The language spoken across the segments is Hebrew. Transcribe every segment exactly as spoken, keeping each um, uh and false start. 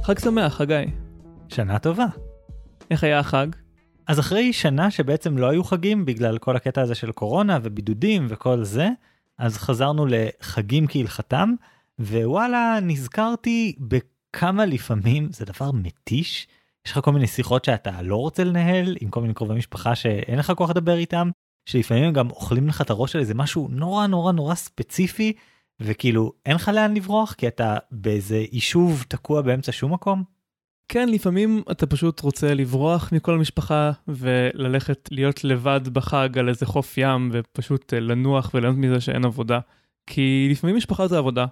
חג שמח, חגי. שנה טובה. איך היה החג? אז אחרי שנה שבעצם לא היו חגים בגלל כל הקטע הזה של קורונה ובידודים וכל זה, אז חזרנו לחגים כהלכתם, ווואלה, נזכרתי בכמה לפעמים, זה דבר מתיש, יש לך כל מיני שיחות שאתה לא רוצה לנהל, עם כל מיני קרובי משפחה שאין לך כוח לדבר איתם, שלפעמים הם גם אוכלים לך את הראש על איזה משהו נורא נורא נורא ספציפי, וכאילו אין לך לאן לברוח, כי אתה באיזה יישוב תקוע באמצע שום מקום. כן, לפעמים אתה פשוט רוצה לברוח מכל המשפחה, וללכת להיות לבד בחג על איזה חוף ים, ופשוט לנוח ולנות מזה שאין עבודה. כי לפעמים משפחה זה עבודה.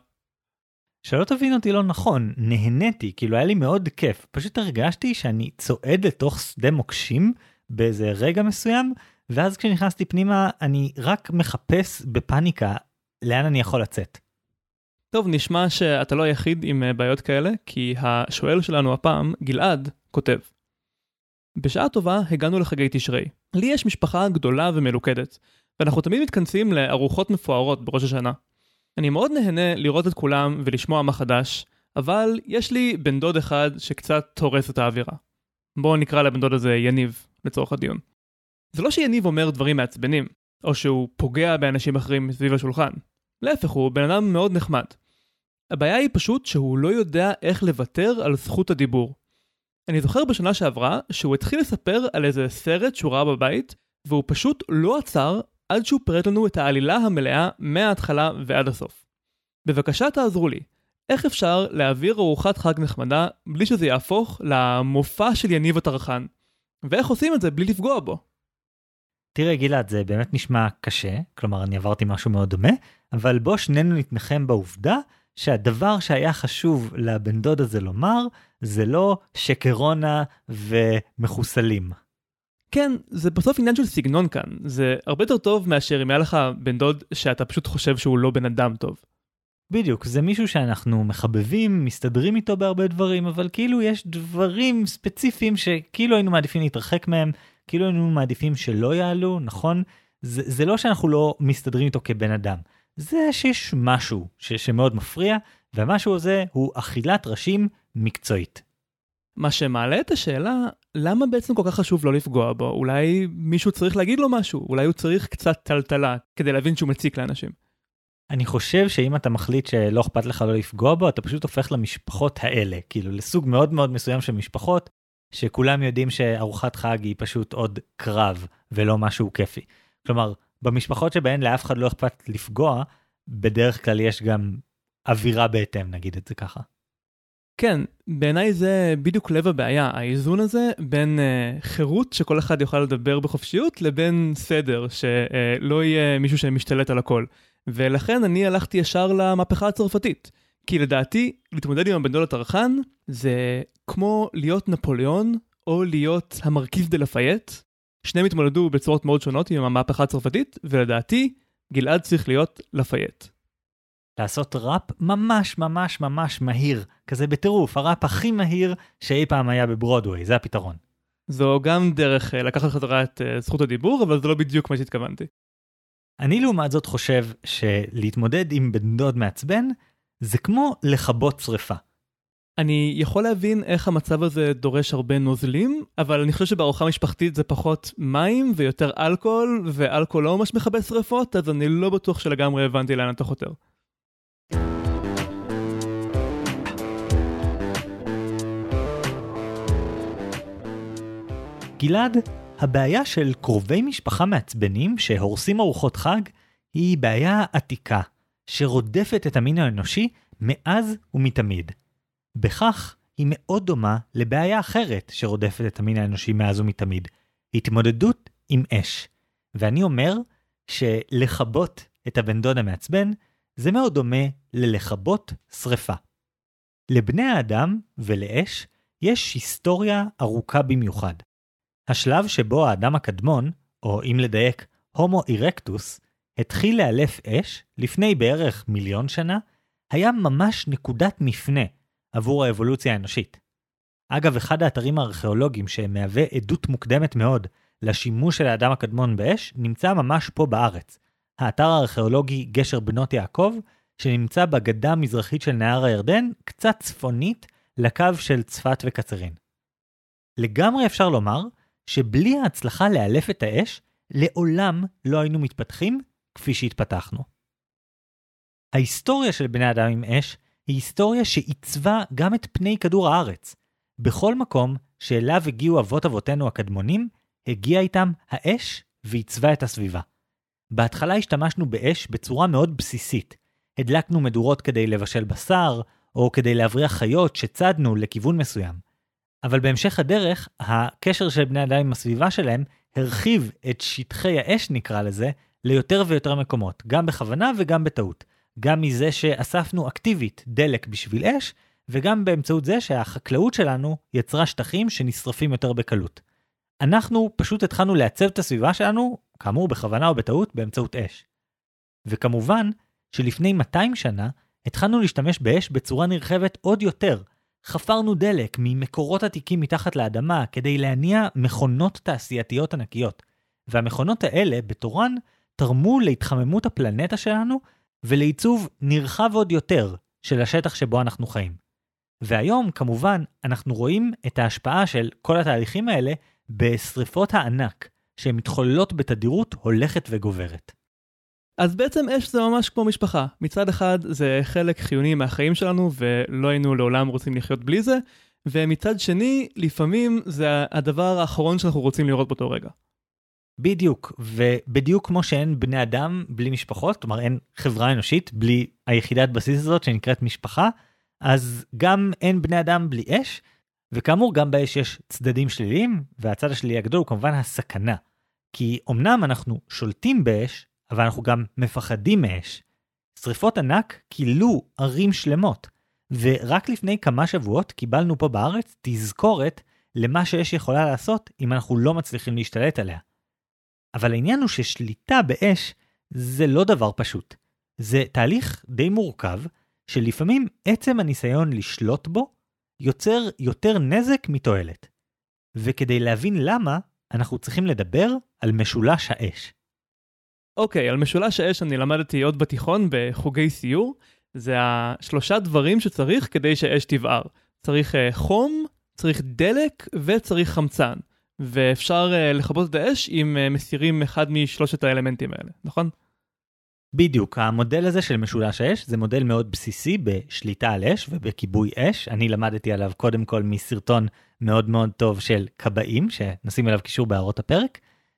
שלא תבין אותי לא נכון, נהניתי, כאילו היה לי מאוד כיף. פשוט הרגשתי שאני צועד לתוך שדה מוקשים באיזה רגע מסוים, ואז כשנכנסתי פנימה אני רק מחפש בפאניקה לאן אני יכול לצאת. טוב, נשמע שאתה לא היחיד עם בעיות כאלה, כי השואל שלנו הפעם, גלעד, כותב. בשעה טובה הגענו לחגי תשרי. לי יש משפחה גדולה ומלוכדת, ואנחנו תמיד מתכנסים לארוחות מפוארות בראש השנה. אני מאוד נהנה לראות את כולם ולשמוע מה חדש, אבל יש לי בן דוד אחד שקצת הורס את האווירה. בואו נקרא לבן דוד הזה יניב, לצורך הדיון. זה לא שיניב אומר דברים מעצבנים, או שהוא פוגע באנשים אחרים מסביב השולחן. להפך, הוא בן אדם מאוד נחמד. הבעיה היא פשוט שהוא לא יודע איך לוותר על זכות הדיבור. אני זוכר בשנה שעברה שהוא התחיל לספר על איזה סרט שהוא ראה בבית, והוא פשוט לא עצר עד שהוא פירט לנו את העלילה המלאה מההתחלה ועד הסוף. בבקשה תעזרו לי, איך אפשר להעביר ארוחת חג נחמדה בלי שזה יהפוך למופע של יניב הטרחן? ואיך עושים את זה בלי לפגוע בו? תראה גלעד, זה באמת נשמע קשה, כלומר אני עברתי משהו מאוד דומה, אבל בוא שנינו נתנחם בעובדה שהדבר שהיה חשוב לבן דוד הזה לומר, זה לא שקרונה ומחוסלים. כן, זה בסוף עניין של סגנון כאן. זה הרבה יותר טוב מאשר אם היה לך בן דוד שאתה פשוט חושב שהוא לא בן אדם טוב. בדיוק, זה מישהו שאנחנו מחבבים, מסתדרים איתו בהרבה דברים, אבל כאילו יש דברים ספציפיים שכאילו היינו מעדיפים להתרחק מהם, כאילו היינו מעדיפים שלא יעלו, נכון? זה, זה לא שאנחנו לא מסתדרים איתו כבן אדם. זה שיש משהו ש, שמאוד מפריע, והמשהו הזה הוא אכילת ראשים מקצועית. מה שמעלה את השאלה, למה בעצם כל כך חשוב לא לפגוע בו? אולי מישהו צריך להגיד לו משהו, אולי הוא צריך קצת טלטלה, כדי להבין שהוא מציק לאנשים. אני חושב שאם אתה מחליט שלא אכפת לך לא לפגוע בו, אתה פשוט הופך למשפחות האלה, כאילו לסוג מאוד מאוד מסוים של משפחות, שכולם יודעים שארוחת חג היא פשוט עוד קרב, ולא משהו כיפי. כלומר, במשפחות שבהן לאף אחד לא אכפת לפגוע, בדרך כלל יש גם אווירה בהתאם, נגיד את זה ככה. כן, בעיניי זה בדיוק לב הבעיה, האיזון הזה בין uh, חירות שכל אחד יוכל לדבר בחופשיות, לבין סדר, שלא uh, יהיה מישהו שמשתלט על הכל. ולכן אני הלכתי ישר למהפכה הצרפתית. כי לדעתי, להתמודד עם הבן דוד הטרחן, זה כמו להיות נפוליאון, או להיות המרכיב דה לפייט. שניהם התמודדו בצורות מאוד שונות עם המהפכה הצרפתית, ולדעתי, גלעד צריך להיות לפייט. לעשות ראפ ממש ממש ממש מהיר, כזה בטירוף, הראפ הכי מהיר שאי פעם היה בברודווי, זה הפתרון. זו גם דרך לקחת חזרה את זכות הדיבור, אבל זה לא בדיוק מה שהתכוונתי. אני לעומת זאת חושב שלהתמודד עם בן דוד מעצבן, זה כמו לחבות שריפה. אני יכול להבין איך המצב הזה דורש הרבה נוזלים, אבל אני חושב שבארוחה משפחתית זה פחות מים ויותר אלכוהול, ואלכוהול לא ממש מכבה שריפות, אז אני לא בטוח שלגמרי הבנתי לאן אתה חותר. גלעד, הבעיה של קרובי משפחה מעצבנים שהורסים ארוחות חג היא בעיה עתיקה, שרודפת את המין האנושי מאז ומתמיד. בכך היא מאוד דומה לבעיה אחרת שרודפת את המין האנושי מאז ומתמיד, התמודדות עם אש. ואני אומר שלחבות את הבן דוד המעצבן זה מאוד דומה ללחבות שריפה. לבני האדם ולאש יש היסטוריה ארוכה במיוחד. השלב שבו האדם הקדמון, או אם לדייק, הומו אירקטוס, התחיל לאלף אש לפני בערך מיליון שנה, היה ממש נקודת מפנה עבור האבולוציה האנושית. אגב, אחד האתרים הארכיאולוגיים שמהווה עדות מוקדמת מאוד לשימוש של האדם הקדמון באש, נמצא ממש פה בארץ. האתר הארכיאולוגי גשר בנות יעקב, שנמצא בגדה המזרחית של נהר הירדן, קצת צפונית לקו של צפת וקצרין. לגמרי אפשר לומר שבלי ההצלחה לאלף את האש, לעולם לא היינו מתפתחים כפי שהתפתחנו. ההיסטוריה של בני אדם עם אש היא היסטוריה שעיצבה גם את פני כדור הארץ. בכל מקום שאליו הגיעו אבות אבותינו הקדמונים, הגיעה איתם האש ועיצבה את הסביבה. בהתחלה השתמשנו באש בצורה מאוד בסיסית. הדלקנו מדורות כדי לבשל בשר, או כדי להבריח חיות שצדנו לכיוון מסוים. אבל בהמשך הדרך, הקשר של בני אדם עם הסביבה שלהם הרחיב את שטחי האש, נקרא לזה, ליותר ויותר מקומות, גם בכוונה וגם בטעות. גם מזה שאספנו אקטיבית דלק בשביל אש, וגם באמצעות זה שהחקלאות שלנו יצרה שטחים שנשרפים יותר בקלות. אנחנו פשוט התחלנו לעצב את הסביבה שלנו, כאמור בכוונה או בטעות, באמצעות אש. וכמובן שלפני מאתיים שנה התחלנו להשתמש באש בצורה נרחבת עוד יותר. חפרנו דלק ממקורות עתיקים מתחת לאדמה כדי להניע מכונות תעשייתיות ענקיות. והמכונות האלה בתורן תרמו להתחממות הפלנטה שלנו ולעיצוב נרחב עוד יותר של השטח שבו אנחנו חיים. והיום כמובן אנחנו רואים את ההשפעה של כל התהליכים האלה בשריפות הענק שמתחוללות בתדירות הולכת וגוברת. אז בעצם אש זה ממש כמו משפחה. מצד אחד זה חלק חיוני מהחיים שלנו ולא היינו לעולם רוצים לחיות בלי זה, ומצד שני לפעמים זה הדבר האחרון שאנחנו רוצים לראות באותו רגע. בדיוק, ובדיוק כמו שאין בני אדם בלי משפחות, כלומר אין חברה אנושית בלי היחידת בסיס הזאת שנקראת משפחה, אז גם אין בני אדם בלי אש, וכאמור גם באש יש צדדים שליליים, והצד השלילי הגדול הוא כמובן הסכנה. כי אמנם אנחנו שולטים באש, אבל אנחנו גם מפחדים מאש. שריפות ענק כילו ערים שלמות, ורק לפני כמה שבועות קיבלנו פה בארץ תזכורת למה שאש יכולה לעשות אם אנחנו לא מצליחים להשתלט עליה. אבל העניין הוא ששליטה באש זה לא דבר פשוט. זה תהליך די מורכב, שלפעמים עצם הניסיון לשלוט בו יוצר יותר נזק מתועלת. וכדי להבין למה, אנחנו צריכים לדבר על משולש האש. אוקיי, על משולש האש אני למדתי עוד בתיכון בחוגי סיור. זה השלושה דברים שצריך כדי שהאש תבער. צריך חום, צריך דלק וצריך חמצן. ואפשר לכבות את האש אם מסירים אחד משלושת האלמנטים האלה, נכון? בדיוק, המודל הזה של משולש האש זה מודל מאוד בסיסי בשליטה על אש ובכיבוי אש. אני למדתי עליו קודם כל מסרטון מאוד מאוד טוב של כבאים, שנשים אליו קישור בהערות הפרק,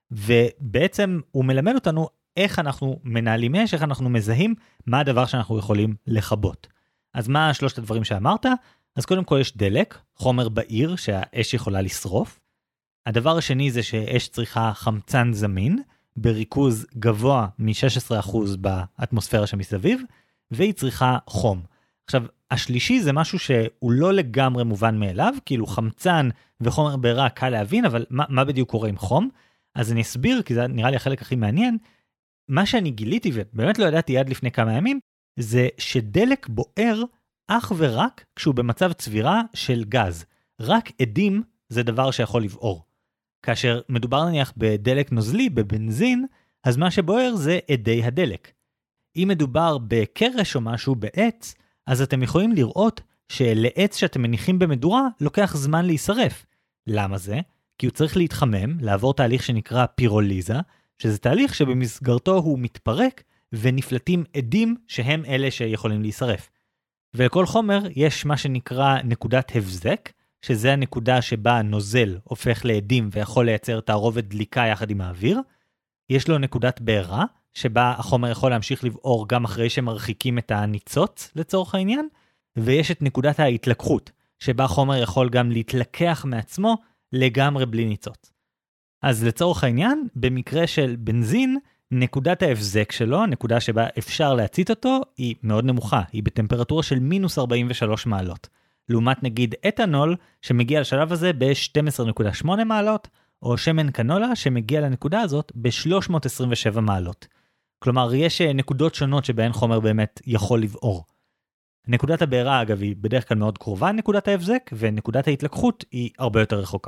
ובעצם הוא מלמד אותנו איך אנחנו מנהלים אש, איך אנחנו מזהים מה הדבר שאנחנו יכולים לכבות. אז מה שלושת הדברים שאמרת? אז קודם כל יש דלק, חומר בעיר שהאש יכולה לשרוף. הדבר השני זה שאש צריכה חמצן זמין, בריכוז גבוה מ-שש עשרה אחוז באטמוספירה שמסביב, והיא צריכה חום. עכשיו, השלישי זה משהו שהוא לא לגמרי מובן מאליו, כאילו חמצן וחומר בעירה קל להבין, אבל מה, מה בדיוק קורה עם חום? אז אני אסביר, כי זה נראה לי החלק הכי מעניין. מה שאני גיליתי, ובאמת לא ידעתי עד לפני כמה ימים, זה שדלק בוער אך ורק כשהוא במצב צבירה של גז. רק עדים זה דבר שיכול לבעור. כאשר מדובר נניח בדלק נוזלי, בבנזין, אז מה שבוער זה עדי הדלק. אם מדובר בקרש או משהו בעץ, אז אתם יכולים לראות שלעץ שאתם מניחים במדורה לוקח זמן להישרף. למה זה? כי הוא צריך להתחמם, לעבור תהליך שנקרא פירוליזה, שזה תהליך שבמסגרתו הוא מתפרק ונפלטים עדים שהם אלה שיכולים להישרף. ולכל חומר יש מה שנקרא נקודת הבזק, שזה הנקודה שבה הנוזל הופך לעדים ויכול לייצר תערובת דליקה יחד עם האוויר. יש לו נקודת בעירה, שבה החומר יכול להמשיך לבעור גם אחרי שמרחיקים את הניצוץ לצורך העניין, ויש את נקודת ההתלקחות, שבה החומר יכול גם להתלקח מעצמו לגמרי בלי ניצוץ. אז לצורך העניין, במקרה של בנזין, נקודת ההבזק שלו, נקודה שבה אפשר להצית אותו, היא מאוד נמוכה, היא בטמפרטורה של מינוס ארבעים ושלוש מעלות. לעומת נגיד אתנול, שמגיע לשלב הזה ב-שתים עשרה נקודה שמונה מעלות, או שמן קנולה שמגיע לנקודה הזאת ב-שלוש מאות עשרים ושבע מעלות. כלומר, יש נקודות שונות שבהן חומר באמת יכול לבעור. נקודת הבעירה, אגב, היא בדרך כלל מאוד קרובה נקודת ההבזק, ונקודת ההתלקחות היא הרבה יותר רחוקה.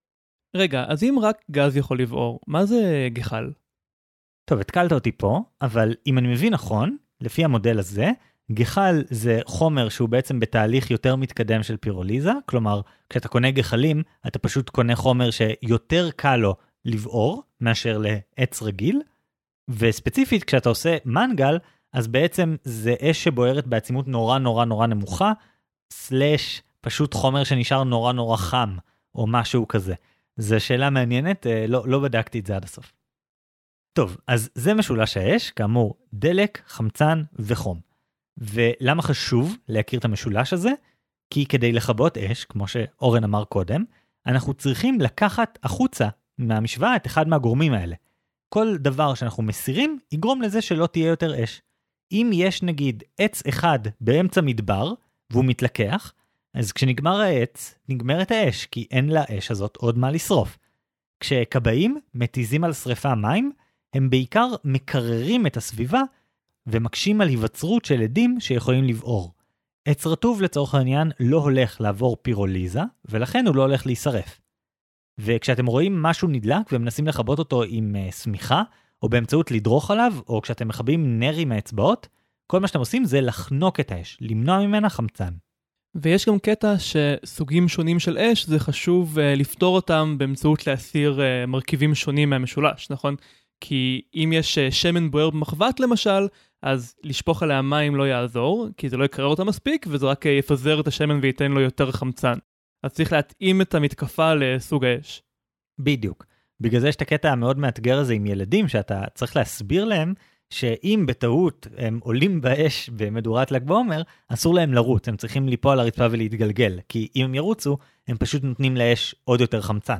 רגע, אז אם רק גז יכול לבעור, מה זה גחל? טוב, התקלת אותי פה, אבל אם אני מבין נכון, לפי המודל הזה, גחל זה חומר שהוא בעצם בתהליך יותר מתקדם של פירוליזה, כלומר, כשאתה קונה גחלים, אתה פשוט קונה חומר שיותר קל לו לבעור מאשר לעץ רגיל, וספציפית כשאתה עושה מנגל, אז בעצם זה אש שבוערת בעצימות נורא נורא נורא נמוכה, סלש פשוט חומר שנשאר נורא נורא חם, או משהו כזה. זו שאלה מעניינת, לא, לא בדקתי את זה עד הסוף. טוב, אז זה משולש האש, כאמור, דלק, חמצן וחום. ולמה חשוב להכיר את המשולש הזה? כי כדי לכבות אש, כמו שאורן אמר קודם, אנחנו צריכים לקחת החוצה מהמשוואה את אחד מהגורמים האלה. כל דבר שאנחנו מסירים יגרום לזה שלא תהיה יותר אש. אם יש נגיד עץ אחד באמצע מדבר, והוא מתלקח, אז כשנגמר העץ, נגמרת האש, כי אין לאש הזאת עוד מה לשרוף. כשקבעים מתיזים על שריפה מים, הם בעיקר מקררים את הסביבה, ומקשים על היווצרות של עדים שיכולים לבעור. עץ רטוב לצורך העניין לא הולך לעבור פירוליזה, ולכן הוא לא הולך להישרף. וכשאתם רואים משהו נדלק ומנסים לכבות אותו עם uh, סמיכה, או באמצעות לדרוך עליו, או כשאתם מכבים נר עם האצבעות, כל מה שאתם עושים זה לחנוק את האש, למנוע ממנה חמצן. ויש גם קטע שסוגים שונים של אש, זה חשוב uh, לפתור אותם באמצעות להסיר uh, מרכיבים שונים מהמשולש, נכון? כי אם יש uh, שמן בוער במחבת למשל, אז לשפוך עליה מים לא יעזור, כי זה לא יקרר אותה מספיק, וזה רק uh, יפזר את השמן וייתן לו יותר חמצן. אז צריך להתאים את המתקפה לסוג האש. בדיוק. בגלל זה יש את הקטע המאוד מאתגר הזה עם ילדים, שאתה צריך להסביר להם שאם בטעות הם עולים באש במדורת ל"ג בעומר, אסור להם לרוץ, הם צריכים ליפול על הרצפה ולהתגלגל, כי אם הם ירוצו, הם פשוט נותנים לאש עוד יותר חמצן.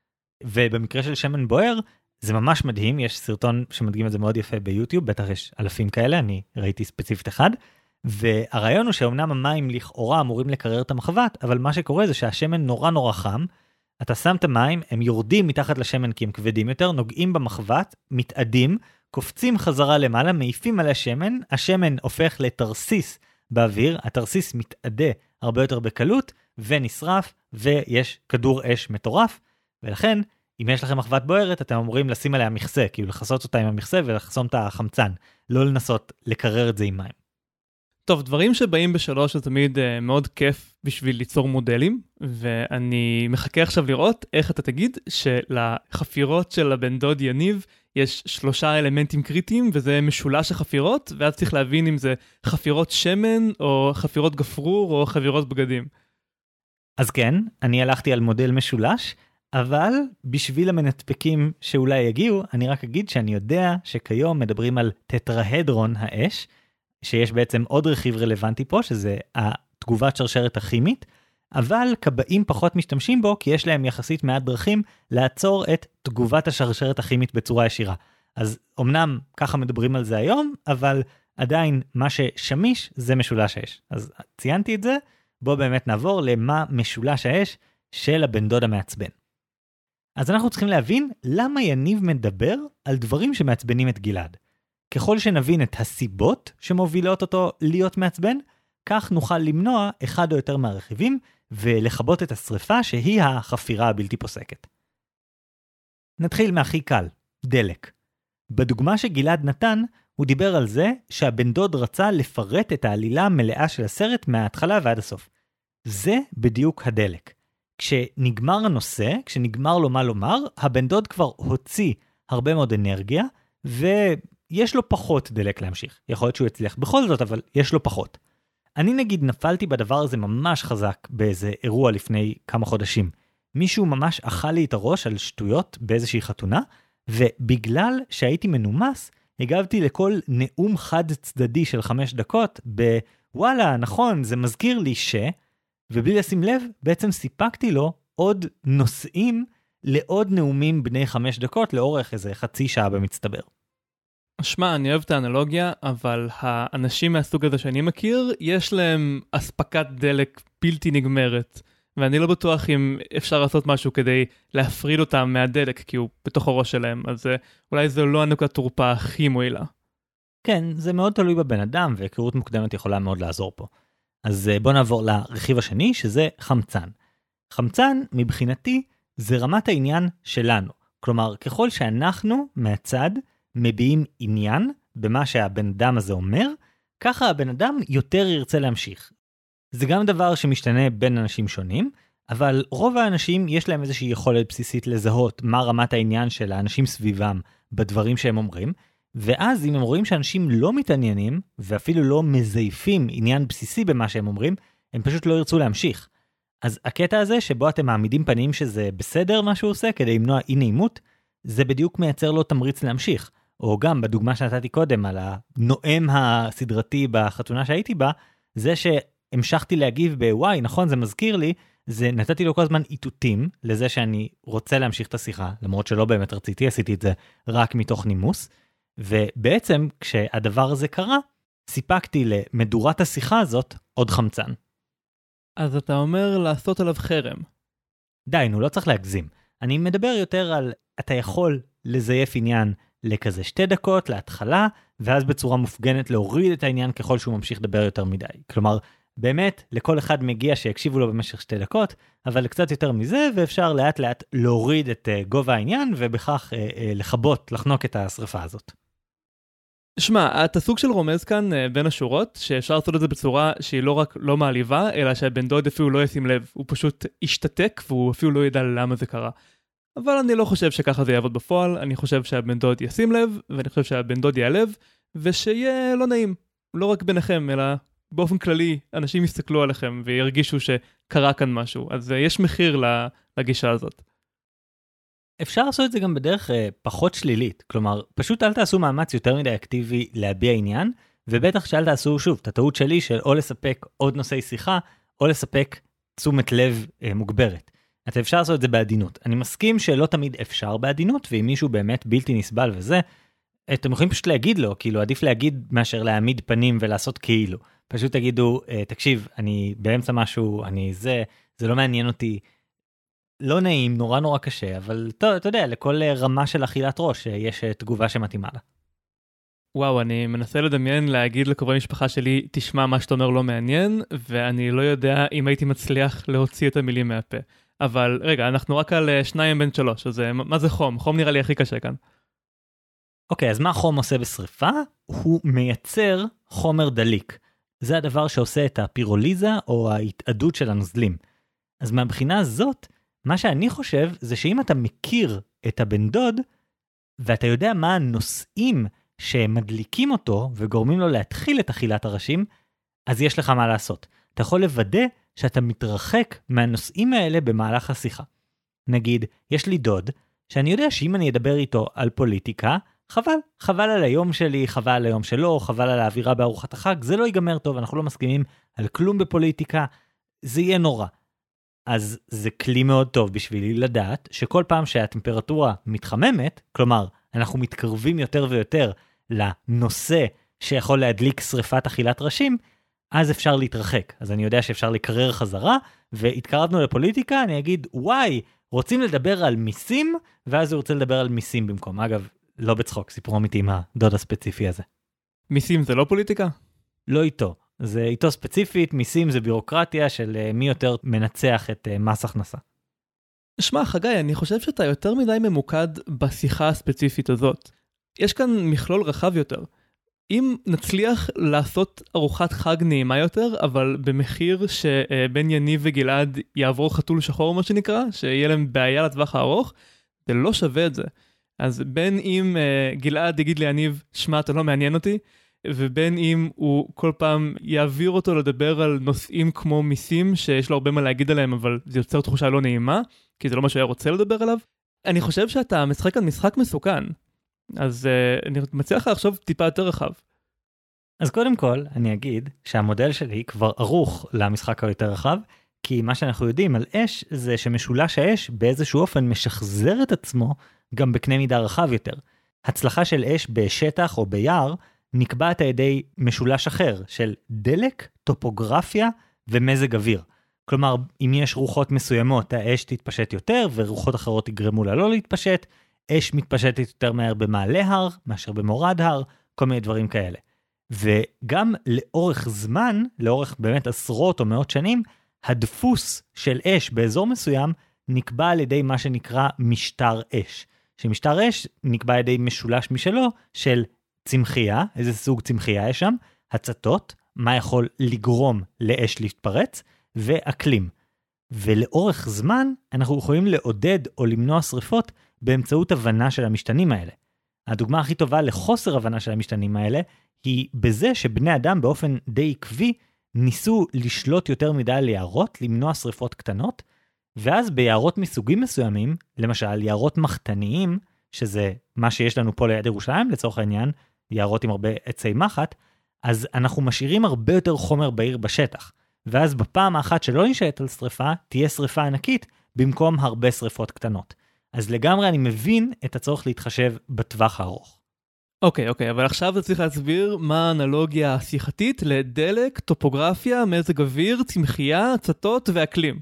ובמקרה של שמן בוער, זה ממש מדהים, יש סרטון שמדגים את זה מאוד יפה ביוטיוב, בטח יש אלפים כאלה, אני ראיתי ספציפית אחד, והרעיון הוא שאומנם המים לכאורה אמורים לקרר את המחבת, אבל מה שקורה זה שהשמן נורא נורא חם, אתה שם את המים, הם יורדים מתחת לשמן כי הם כבדים יותר, נוגעים במחבת, מתאדים, קופצים חזרה למעלה, מעיפים על השמן, השמן הופך לתרסיס באוויר, התרסיס מתאדה הרבה יותר בקלות, ונשרף, ויש כדור אש מטורף, ולכן, אם יש לכם מחבת בוערת, אתם אמורים לשים עליה מכסה, כאילו לחסות אותה עם המכסה ולחסום את החמצן, לא לנסות לקרר את זה עם מים. טוב, דברים שבאים בשלוש זה תמיד uh, מאוד כיף בשביל ליצור מודלים, ואני מחכה עכשיו לראות איך אתה תגיד שלחפירות של הבן דוד יניב יש שלושה אלמנטים קריטיים, וזה משולש החפירות, ואז צריך להבין אם זה חפירות שמן, או חפירות גפרור, או חפירות בגדים. אז כן, אני הלכתי על מודל משולש, אבל בשביל המנתפקים שאולי יגיעו, אני רק אגיד שאני יודע שכיום מדברים על טטרהדרון האש, שיש בעצם עוד רכיב רלוונטי פה, שזה התגובת שרשרת הכימית, אבל קבעים פחות משתמשים בו, כי יש להם יחסית מעט דרכים לעצור את תגובת השרשרת הכימית בצורה ישירה. אז אמנם ככה מדברים על זה היום, אבל עדיין מה ששמיש זה משולש האש. אז ציינתי את זה, בוא באמת נעבור למה משולש האש של הבן דוד המעצבן. אז אנחנו צריכים להבין למה יניב מדבר על דברים שמעצבנים את גלעד. ככל שנבין את הסיבות שמובילות אותו להיות מעצבן, כך נוכל למנוע אחד או יותר מהרכיבים ולכבות את השריפה שהיא החפירה הבלתי פוסקת. נתחיל מהכי קל, דלק. בדוגמה שגלעד נתן, הוא דיבר על זה שהבן דוד רצה לפרט את העלילה המלאה של הסרט מההתחלה ועד הסוף. זה בדיוק הדלק. כשנגמר הנושא, כשנגמר לו מה לומר, הבן דוד כבר הוציא הרבה מאוד אנרגיה, ויש לו פחות דלק להמשיך. יכול להיות שהוא יצליח בכל זאת, אבל יש לו פחות. אני נגיד נפלתי בדבר הזה ממש חזק באיזה אירוע לפני כמה חודשים. מישהו ממש אכל לי את הראש על שטויות באיזושהי חתונה, ובגלל שהייתי מנומס, הגבתי לכל נאום חד צדדי של חמש דקות, בוואלה, נכון, זה מזכיר לי ש... ובלי לשים לב, בעצם סיפקתי לו עוד נושאים לעוד נאומים בני חמש דקות, לאורך איזה חצי שעה במצטבר. שמע, אני אוהב את האנלוגיה, אבל האנשים מהסוג הזה שאני מכיר, יש להם אספקת דלק בלתי נגמרת, ואני לא בטוח אם אפשר לעשות משהו כדי להפריד אותם מהדלק, כי הוא בתוך הראש שלהם, אז אולי זו לא הנקודת תורפה הכי מועילה. כן, זה מאוד תלוי בבן אדם, והיכרות מוקדמת יכולה מאוד לעזור פה. אז בוא נעבור לרכיב השני, שזה חמצן. חמצן, מבחינתי, זה רמת העניין שלנו. כלומר, ככל שאנחנו מהצד מביעים עניין במה שהבן אדם הזה אומר, ככה הבן אדם יותר ירצה להמשיך. זה גם דבר שמשתנה בין אנשים שונים, אבל רוב האנשים יש להם איזושהי יכולת בסיסית לזהות מה רמת העניין של האנשים סביבם בדברים שהם אומרים, ואז אם הם רואים שאנשים לא מתעניינים, ואפילו לא מזייפים עניין בסיסי במה שהם אומרים, הם פשוט לא ירצו להמשיך. אז הקטע הזה שבו אתם מעמידים פנים שזה בסדר מה שהוא עושה כדי למנוע אי נעימות, זה בדיוק מייצר לו תמריץ להמשיך. או גם בדוגמה שנתתי קודם על הנואם הסדרתי בחתונה שהייתי בה, זה שהמשכתי להגיב בוואי, נכון, זה מזכיר לי, זה נתתי לו כל הזמן איתותים לזה שאני רוצה להמשיך את השיחה, למרות שלא באמת רציתי, עשיתי את זה רק מתוך נימוס, ובעצם כשהדבר הזה קרה, סיפקתי למדורת השיחה הזאת עוד חמצן. אז אתה אומר לעשות עליו חרם. די, נו, לא צריך להגזים. אני מדבר יותר על, אתה יכול לזייף עניין לכזה שתי דקות להתחלה, ואז בצורה מופגנת להוריד את העניין ככל שהוא ממשיך לדבר יותר מדי. כלומר, באמת, לכל אחד מגיע שיקשיבו לו במשך שתי דקות, אבל קצת יותר מזה, ואפשר לאט לאט להוריד את uh, גובה העניין, ובכך uh, uh, לחבות, לחנוק את השריפה הזאת. שמע, אתה סוג של רומז כאן uh, בין השורות, שאפשר לעשות את זה בצורה שהיא לא רק לא מעליבה, אלא שהבן דוד אפילו לא ישים לב, הוא פשוט ישתתק, והוא אפילו לא ידע למה זה קרה. אבל אני לא חושב שככה זה יעבוד בפועל, אני חושב שהבן דוד ישים לב, ואני חושב שהבן דוד יעלב, ושיהיה לא נעים, לא רק ביניכם, אלא באופן כללי, אנשים יסתכלו עליכם וירגישו שקרה כאן משהו, אז uh, יש מחיר לגישה הזאת. אפשר לעשות את זה גם בדרך uh, פחות שלילית, כלומר, פשוט אל תעשו מאמץ יותר מדי אקטיבי להביע עניין, ובטח שאל תעשו שוב, את הטעות שלי של או לספק עוד נושאי שיחה, או לספק תשומת לב uh, מוגברת. אתה אפשר לעשות את זה בעדינות. אני מסכים שלא תמיד אפשר בעדינות, ואם מישהו באמת בלתי נסבל וזה, אתם יכולים פשוט להגיד לו, כאילו עדיף להגיד מאשר להעמיד פנים ולעשות כאילו. פשוט תגידו, תקשיב, אני באמצע משהו, אני זה, זה לא מעניין אותי, לא נעים, נורא נורא קשה, אבל טוב, אתה יודע, לכל רמה של אכילת ראש יש תגובה שמתאימה לה. וואו, אני מנסה לדמיין להגיד לקרובי משפחה שלי, תשמע מה שאתה אומר לא מעניין, ואני לא יודע אם הייתי מצליח להוציא את המילים מהפה. אבל רגע, אנחנו רק על שניים בין שלוש, אז מה זה חום? חום נראה לי הכי קשה כאן. אוקיי, אז מה חום עושה בשריפה? הוא מייצר חומר דליק. זה הדבר שעושה את הפירוליזה או ההתאדות של הנוזלים. אז מהבחינה הזאת, מה שאני חושב זה שאם אתה מכיר את הבן דוד, ואתה יודע מה הנושאים שמדליקים אותו וגורמים לו להתחיל את אכילת הראשים, אז יש לך מה לעשות. אתה יכול לוודא שאתה מתרחק מהנושאים האלה במהלך השיחה. נגיד, יש לי דוד, שאני יודע שאם אני אדבר איתו על פוליטיקה, חבל, חבל על היום שלי, חבל על היום שלו, חבל על האווירה בארוחת החג, זה לא ייגמר טוב, אנחנו לא מסכימים על כלום בפוליטיקה, זה יהיה נורא. אז זה כלי מאוד טוב בשבילי לדעת שכל פעם שהטמפרטורה מתחממת, כלומר, אנחנו מתקרבים יותר ויותר לנושא שיכול להדליק שריפת אכילת ראשים, אז אפשר להתרחק. אז אני יודע שאפשר לקרר חזרה, והתקרבנו לפוליטיקה, אני אגיד, וואי, רוצים לדבר על מיסים, ואז הוא רוצה לדבר על מיסים במקום. אגב, לא בצחוק, סיפור אמיתי עם הדוד הספציפי הזה. מיסים זה לא פוליטיקה? לא איתו. זה איתו ספציפית, מיסים זה בירוקרטיה של מי יותר מנצח את מס הכנסה. שמע, חגי, אני חושב שאתה יותר מדי ממוקד בשיחה הספציפית הזאת. יש כאן מכלול רחב יותר. אם נצליח לעשות ארוחת חג נעימה יותר, אבל במחיר שבן יניב וגלעד יעבור חתול שחור, מה שנקרא, שיהיה להם בעיה לטווח הארוך, זה לא שווה את זה. אז בין אם uh, גלעד יגיד ליניב, שמע, אתה לא מעניין אותי, ובין אם הוא כל פעם יעביר אותו לדבר על נושאים כמו מיסים, שיש לו הרבה מה להגיד עליהם, אבל זה יוצר תחושה לא נעימה, כי זה לא מה שהוא היה רוצה לדבר עליו. אני חושב שאתה משחק על משחק מסוכן, אז uh, אני מציע לך לחשוב טיפה יותר רחב. אז קודם כל, אני אגיד שהמודל שלי כבר ערוך למשחק היותר רחב, כי מה שאנחנו יודעים על אש זה שמשולש האש באיזשהו אופן משחזר את עצמו גם בקנה מידה רחב יותר. הצלחה של אש בשטח או ביער נקבעת על ידי משולש אחר של דלק, טופוגרפיה ומזג אוויר. כלומר, אם יש רוחות מסוימות, האש תתפשט יותר ורוחות אחרות יגרמו לה לא להתפשט, אש מתפשטת יותר מהר במעלה הר מאשר במורד הר, כל מיני דברים כאלה. וגם לאורך זמן, לאורך באמת עשרות או מאות שנים, הדפוס של אש באזור מסוים נקבע על ידי מה שנקרא משטר אש. שמשטר אש נקבע על ידי משולש משלו של צמחייה, איזה סוג צמחייה יש שם, הצתות, מה יכול לגרום לאש להתפרץ, ואקלים. ולאורך זמן אנחנו יכולים לעודד או למנוע שריפות באמצעות הבנה של המשתנים האלה. הדוגמה הכי טובה לחוסר הבנה של המשתנים האלה היא בזה שבני אדם באופן די עקבי ניסו לשלוט יותר מדי על יערות, למנוע שריפות קטנות, ואז ביערות מסוגים מסוימים, למשל יערות מחתניים, שזה מה שיש לנו פה ליד ירושלים לצורך העניין, יערות עם הרבה עצי מחט, אז אנחנו משאירים הרבה יותר חומר בעיר בשטח. ואז בפעם האחת שלא נשאלת על שריפה, תהיה שריפה ענקית במקום הרבה שריפות קטנות. אז לגמרי אני מבין את הצורך להתחשב בטווח הארוך. אוקיי, אוקיי, אבל עכשיו אתה צריך להסביר מה האנלוגיה השיחתית לדלק, טופוגרפיה, מזג אוויר, צמחייה, הצתות ואקלים.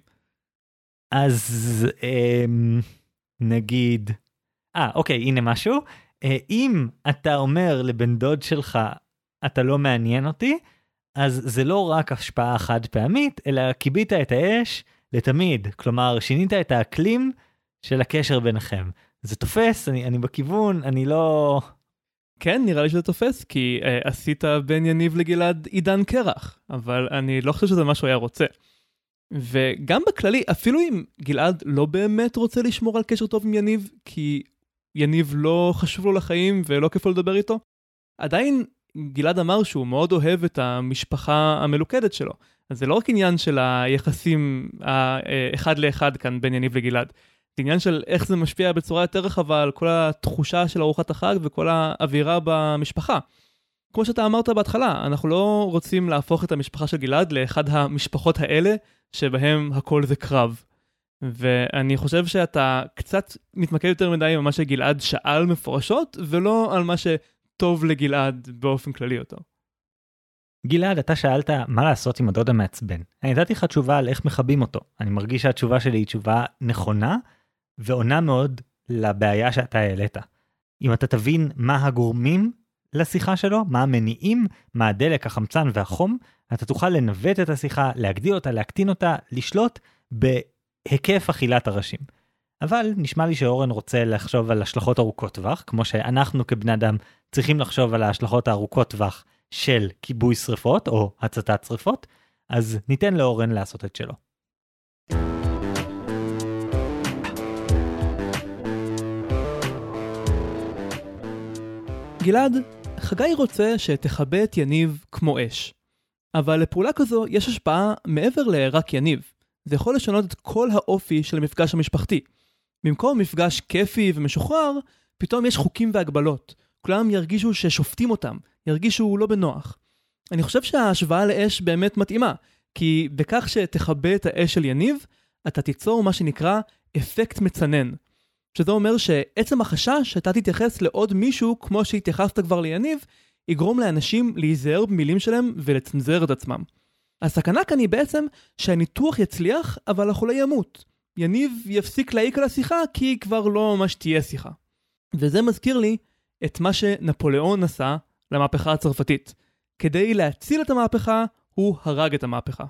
אז אמ, נגיד, אה, אוקיי, הנה משהו. אה, אם אתה אומר לבן דוד שלך, אתה לא מעניין אותי, אז זה לא רק השפעה חד פעמית, אלא קיבית את האש לתמיד. כלומר, שינית את האקלים של הקשר ביניכם. זה תופס, אני, אני בכיוון, אני לא... כן, נראה לי שזה תופס, כי אה, עשית בין יניב לגלעד עידן קרח, אבל אני לא חושב שזה מה שהוא היה רוצה. וגם בכללי, אפילו אם גלעד לא באמת רוצה לשמור על קשר טוב עם יניב, כי יניב לא חשוב לו לחיים ולא כיף לו לדבר איתו, עדיין גלעד אמר שהוא מאוד אוהב את המשפחה המלוכדת שלו. אז זה לא רק עניין של היחסים האחד לאחד כאן בין יניב לגלעד. זה עניין של איך זה משפיע בצורה יותר רחבה על כל התחושה של ארוחת החג וכל האווירה במשפחה. כמו שאתה אמרת בהתחלה, אנחנו לא רוצים להפוך את המשפחה של גלעד לאחד המשפחות האלה שבהם הכל זה קרב. ואני חושב שאתה קצת מתמקד יותר מדי במה שגלעד שאל מפורשות, ולא על מה שטוב לגלעד באופן כללי יותר. גלעד, אתה שאלת מה לעשות עם הדוד המעצבן. אני נתתי לך תשובה על איך מחבים אותו. אני מרגיש שהתשובה שלי היא תשובה נכונה, ועונה מאוד לבעיה שאתה העלית. אם אתה תבין מה הגורמים לשיחה שלו, מה המניעים, מה הדלק, החמצן והחום, אתה תוכל לנווט את השיחה, להגדיל אותה, להקטין אותה, לשלוט בהיקף אכילת הראשים. אבל נשמע לי שאורן רוצה לחשוב על השלכות ארוכות טווח, כמו שאנחנו כבני אדם צריכים לחשוב על ההשלכות הארוכות טווח של כיבוי שריפות או הצתת שריפות, אז ניתן לאורן לעשות את שלו. גלעד, חגי רוצה שתחבא את יניב כמו אש. אבל לפעולה כזו יש השפעה מעבר לרק יניב. זה יכול לשנות את כל האופי של המפגש המשפחתי. במקום מפגש כיפי ומשוחרר, פתאום יש חוקים והגבלות. כולם ירגישו ששופטים אותם, ירגישו לא בנוח. אני חושב שההשוואה לאש באמת מתאימה, כי בכך שתחבא את האש של יניב, אתה תיצור מה שנקרא אפקט מצנן. שזה אומר שעצם החשש שאתה תתייחס לעוד מישהו כמו שהתייחסת כבר ליניב, יגרום לאנשים להיזהר במילים שלהם ולצנזר את עצמם. הסכנה כאן היא בעצם שהניתוח יצליח, אבל החולה ימות. יניב יפסיק להעיק על השיחה כי כבר לא ממש תהיה שיחה. וזה מזכיר לי את מה שנפוליאון עשה למהפכה הצרפתית. כדי להציל את המהפכה, הוא הרג את המהפכה.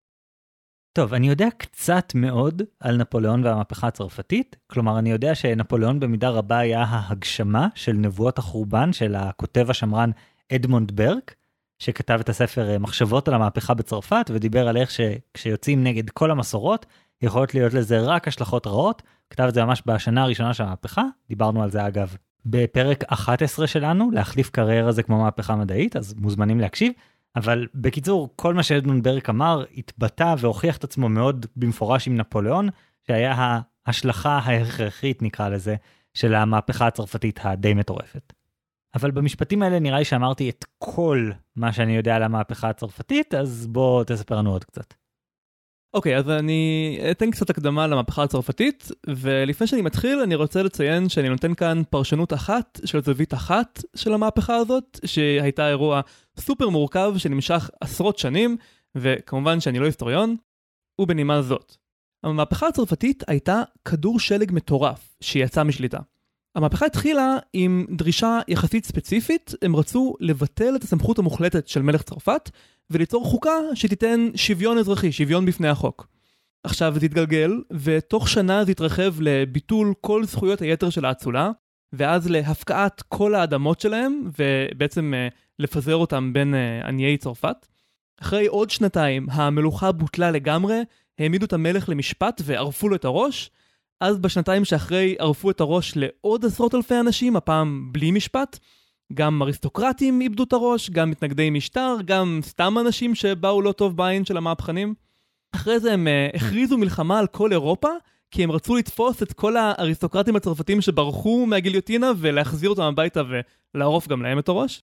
טוב, אני יודע קצת מאוד על נפוליאון והמהפכה הצרפתית, כלומר אני יודע שנפוליאון במידה רבה היה ההגשמה של נבואות החורבן של הכותב השמרן אדמונד ברק, שכתב את הספר מחשבות על המהפכה בצרפת, ודיבר על איך שכשיוצאים נגד כל המסורות, יכולות להיות לזה רק השלכות רעות, כתב את זה ממש בשנה הראשונה של המהפכה, דיברנו על זה אגב בפרק אחת עשרה שלנו, להחליף קריירה זה כמו מהפכה מדעית, אז מוזמנים להקשיב, אבל בקיצור, כל מה שאדמונד ברק אמר, התבטא והוכיח את עצמו מאוד במפורש עם נפוליאון, שהיה ההשלכה ההכרחית נקרא לזה, של המהפכה הצרפתית הדי מטורפת. אבל במשפטים האלה נראה לי שאמרתי את כל מה שאני יודע על המהפכה הצרפתית, אז בוא תספר לנו עוד קצת. אוקיי, okay, אז אני אתן קצת הקדמה למהפכה הצרפתית, ולפני שאני מתחיל אני רוצה לציין שאני נותן כאן פרשנות אחת של זווית אחת של המהפכה הזאת, שהייתה אירוע סופר מורכב שנמשך עשרות שנים, וכמובן שאני לא היסטוריון, ובנימה זאת. המהפכה הצרפתית הייתה כדור שלג מטורף שיצא משליטה. המהפכה התחילה עם דרישה יחסית ספציפית, הם רצו לבטל את הסמכות המוחלטת של מלך צרפת, וליצור חוקה שתיתן שוויון אזרחי, שוויון בפני החוק. עכשיו זה התגלגל, ותוך שנה זה התרחב לביטול כל זכויות היתר של האצולה, ואז להפקעת כל האדמות שלהם, ובעצם לפזר אותם בין uh, עניי צרפת. אחרי עוד שנתיים המלוכה בוטלה לגמרי, העמידו את המלך למשפט וערפו לו את הראש. אז בשנתיים שאחרי ערפו את הראש לעוד עשרות אלפי אנשים, הפעם בלי משפט. גם אריסטוקרטים איבדו את הראש, גם מתנגדי משטר, גם סתם אנשים שבאו לא טוב בעין של המהפכנים. אחרי זה הם uh, הכריזו מלחמה על כל אירופה, כי הם רצו לתפוס את כל האריסטוקרטים הצרפתים שברחו מהגיליוטינה ולהחזיר אותם הביתה ולערוף גם להם את הראש.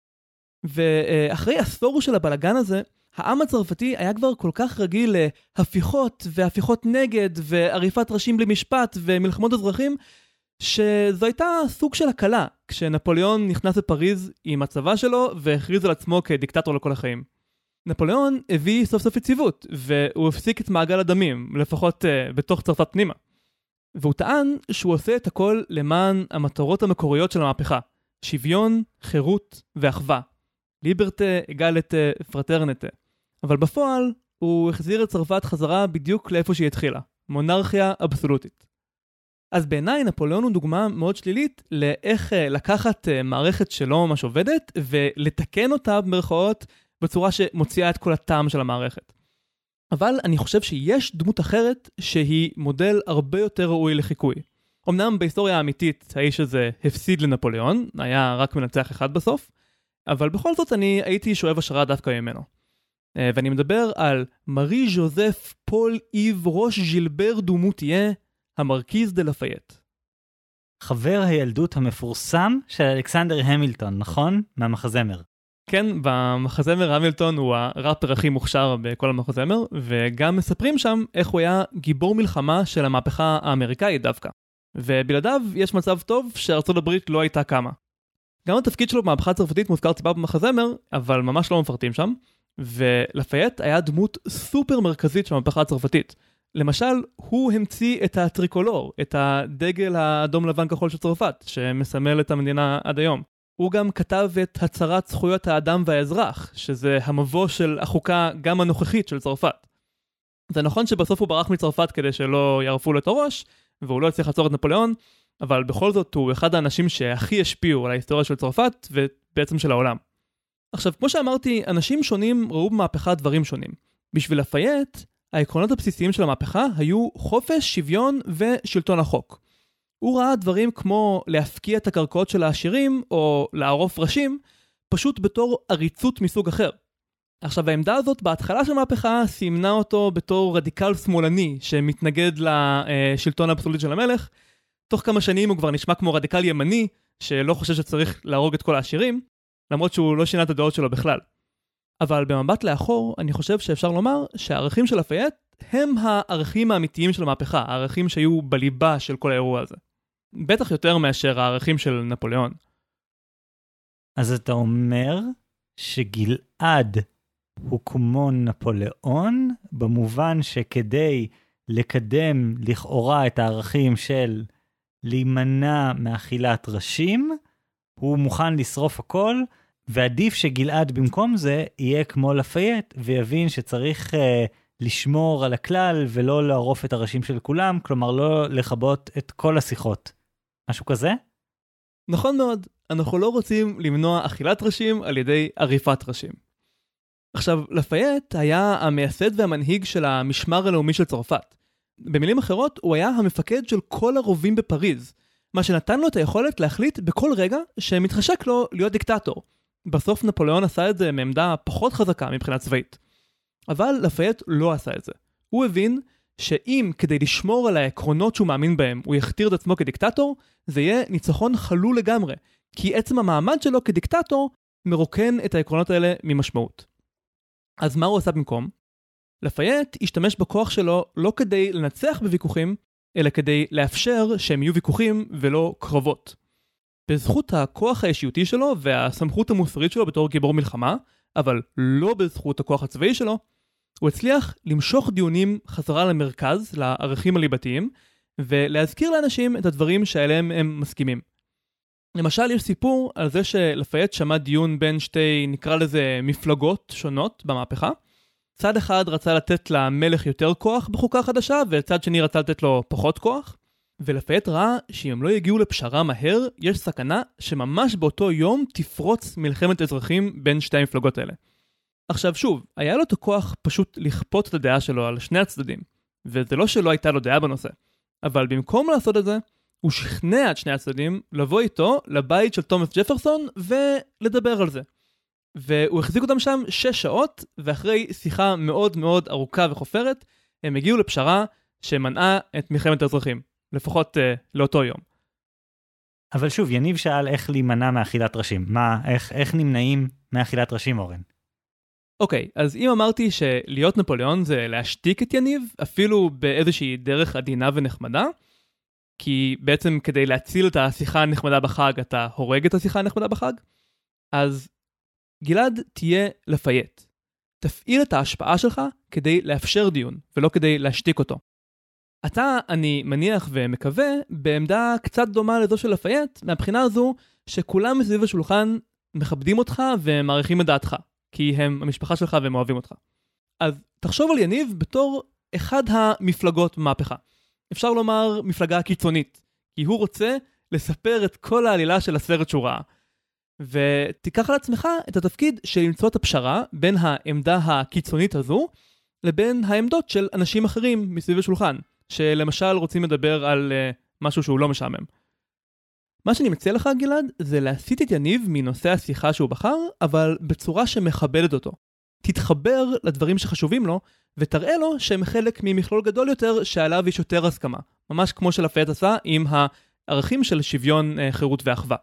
ואחרי עשור של הבלגן הזה, העם הצרפתי היה כבר כל כך רגיל להפיכות והפיכות נגד ועריפת ראשים בלי משפט ומלחמות אזרחים, שזו הייתה סוג של הקלה, כשנפוליאון נכנס לפריז עם הצבא שלו והכריז על עצמו כדיקטטור לכל החיים. נפוליאון הביא סוף סוף יציבות, והוא הפסיק את מעגל הדמים, לפחות uh, בתוך צרפת פנימה. והוא טען שהוא עושה את הכל למען המטרות המקוריות של המהפכה, שוויון, חירות ואחווה. ליברטה, אגלטה, פרטרנטה. אבל בפועל הוא החזיר את צרפת חזרה בדיוק לאיפה שהיא התחילה, מונרכיה אבסולוטית. אז בעיניי נפוליאון הוא דוגמה מאוד שלילית לאיך לקחת מערכת שלא ממש עובדת ולתקן אותה במרכאות בצורה שמוציאה את כל הטעם של המערכת. אבל אני חושב שיש דמות אחרת שהיא מודל הרבה יותר ראוי לחיקוי. אמנם בהיסטוריה האמיתית האיש הזה הפסיד לנפוליאון, היה רק מנצח אחד בסוף, אבל בכל זאת אני הייתי שואב השראה דווקא ממנו. ואני מדבר על מארי ז'וזף פול איב רוש ז'ילבר דו מוטייה, המרקיז דה לפייט. חבר הילדות המפורסם של אלכסנדר המילטון, נכון? מהמחזמר. כן, במחזמר המילטון הוא הראפר הכי מוכשר בכל המחזמר, וגם מספרים שם איך הוא היה גיבור מלחמה של המהפכה האמריקאית דווקא. ובלעדיו יש מצב טוב שארצות הברית לא הייתה קמה. גם התפקיד שלו במהפכה הצרפתית מוזכר טיפה במחזמר, אבל ממש לא מפרטים שם, ולפייט היה דמות סופר מרכזית של המהפכה הצרפתית. למשל, הוא המציא את הטריקולור, את הדגל האדום לבן כחול של צרפת, שמסמל את המדינה עד היום. הוא גם כתב את הצהרת זכויות האדם והאזרח, שזה המבוא של החוקה גם הנוכחית של צרפת. זה נכון שבסוף הוא ברח מצרפת כדי שלא יערפו לו את הראש, והוא לא הצליח לעצור את נפוליאון, אבל בכל זאת הוא אחד האנשים שהכי השפיעו על ההיסטוריה של צרפת, ובעצם של העולם. עכשיו, כמו שאמרתי, אנשים שונים ראו במהפכה דברים שונים. בשביל לפייט, העקרונות הבסיסיים של המהפכה היו חופש, שוויון ושלטון החוק. הוא ראה דברים כמו להפקיע את הקרקעות של העשירים, או לערוף ראשים, פשוט בתור עריצות מסוג אחר. עכשיו, העמדה הזאת בהתחלה של המהפכה סימנה אותו בתור רדיקל שמאלני, שמתנגד לשלטון האבסולוטי של המלך. תוך כמה שנים הוא כבר נשמע כמו רדיקל ימני, שלא חושב שצריך להרוג את כל העשירים, למרות שהוא לא שינה את הדעות שלו בכלל. אבל במבט לאחור, אני חושב שאפשר לומר שהערכים של לפייט הם הערכים האמיתיים של המהפכה, הערכים שהיו בליבה של כל האירוע הזה. בטח יותר מאשר הערכים של נפוליאון. אז אתה אומר שגלעד הוא כמו נפוליאון, במובן שכדי לקדם לכאורה את הערכים של להימנע מאכילת ראשים, הוא מוכן לשרוף הכל, ועדיף שגלעד במקום זה יהיה כמו לפייט, ויבין שצריך uh, לשמור על הכלל ולא לערוף את הראשים של כולם, כלומר לא לחבות את כל השיחות. משהו כזה? נכון מאוד, אנחנו לא רוצים למנוע אכילת ראשים על ידי עריפת ראשים. עכשיו, לפייט היה המייסד והמנהיג של המשמר הלאומי של צרפת. במילים אחרות, הוא היה המפקד של כל הרובים בפריז, מה שנתן לו את היכולת להחליט בכל רגע שמתחשק לו להיות דיקטטור. בסוף נפוליאון עשה את זה מעמדה פחות חזקה מבחינה צבאית. אבל לפייט לא עשה את זה. הוא הבין שאם כדי לשמור על העקרונות שהוא מאמין בהם הוא יכתיר את עצמו כדיקטטור, זה יהיה ניצחון חלול לגמרי, כי עצם המעמד שלו כדיקטטור מרוקן את העקרונות האלה ממשמעות. אז מה הוא עשה במקום? לפייט השתמש בכוח שלו לא כדי לנצח בוויכוחים, אלא כדי לאפשר שהם יהיו ויכוחים ולא קרבות. בזכות הכוח האישיותי שלו והסמכות המוסרית שלו בתור גיבור מלחמה, אבל לא בזכות הכוח הצבאי שלו, הוא הצליח למשוך דיונים חזרה למרכז, לערכים הליבתיים, ולהזכיר לאנשים את הדברים שעליהם הם מסכימים. למשל, יש סיפור על זה שלפייט שמע דיון בין שתי, נקרא לזה, מפלגות שונות במהפכה. צד אחד רצה לתת למלך יותר כוח בחוקה חדשה, וצד שני רצה לתת לו פחות כוח. ולפייט ראה שאם הם לא יגיעו לפשרה מהר, יש סכנה שממש באותו יום תפרוץ מלחמת אזרחים בין שתי המפלגות האלה. עכשיו שוב, היה לו את הכוח פשוט לכפות את הדעה שלו על שני הצדדים, וזה לא שלא הייתה לו דעה בנושא, אבל במקום לעשות את זה, הוא שכנע את שני הצדדים לבוא איתו לבית של תומאס ג'פרסון ולדבר על זה. והוא החזיק אותם שם שש שעות, ואחרי שיחה מאוד מאוד ארוכה וחופרת, הם הגיעו לפשרה שמנעה את מלחמת האזרחים, לפחות uh, לאותו יום. אבל שוב, יניב שאל איך להימנע מאכילת ראשים. מה, איך, איך נמנעים מאכילת ראשים, אורן? אוקיי, okay, אז אם אמרתי שלהיות נפוליאון זה להשתיק את יניב, אפילו באיזושהי דרך עדינה ונחמדה, כי בעצם כדי להציל את השיחה הנחמדה בחג, אתה הורג את השיחה הנחמדה בחג, אז גלעד תהיה לפייט. תפעיל את ההשפעה שלך כדי לאפשר דיון, ולא כדי להשתיק אותו. אתה, אני מניח ומקווה, בעמדה קצת דומה לזו של לפייט, מהבחינה הזו שכולם מסביב השולחן מכבדים אותך ומעריכים את דעתך, כי הם המשפחה שלך והם אוהבים אותך. אז תחשוב על יניב בתור אחד המפלגות מהפכה. אפשר לומר מפלגה קיצונית, כי הוא רוצה לספר את כל העלילה של הסרט שהוא ראה. ותיקח על עצמך את התפקיד של למצוא את הפשרה בין העמדה הקיצונית הזו, לבין העמדות של אנשים אחרים מסביב השולחן, שלמשל רוצים לדבר על uh, משהו שהוא לא משעמם. מה שאני מציע לך, גלעד, זה להסיט את יניב מנושא השיחה שהוא בחר, אבל בצורה שמכבדת אותו. תתחבר לדברים שחשובים לו, ותראה לו שהם חלק ממכלול גדול יותר שעליו יש יותר הסכמה. ממש כמו שלפייט עשה עם הערכים של שוויון, חירות ואחווה.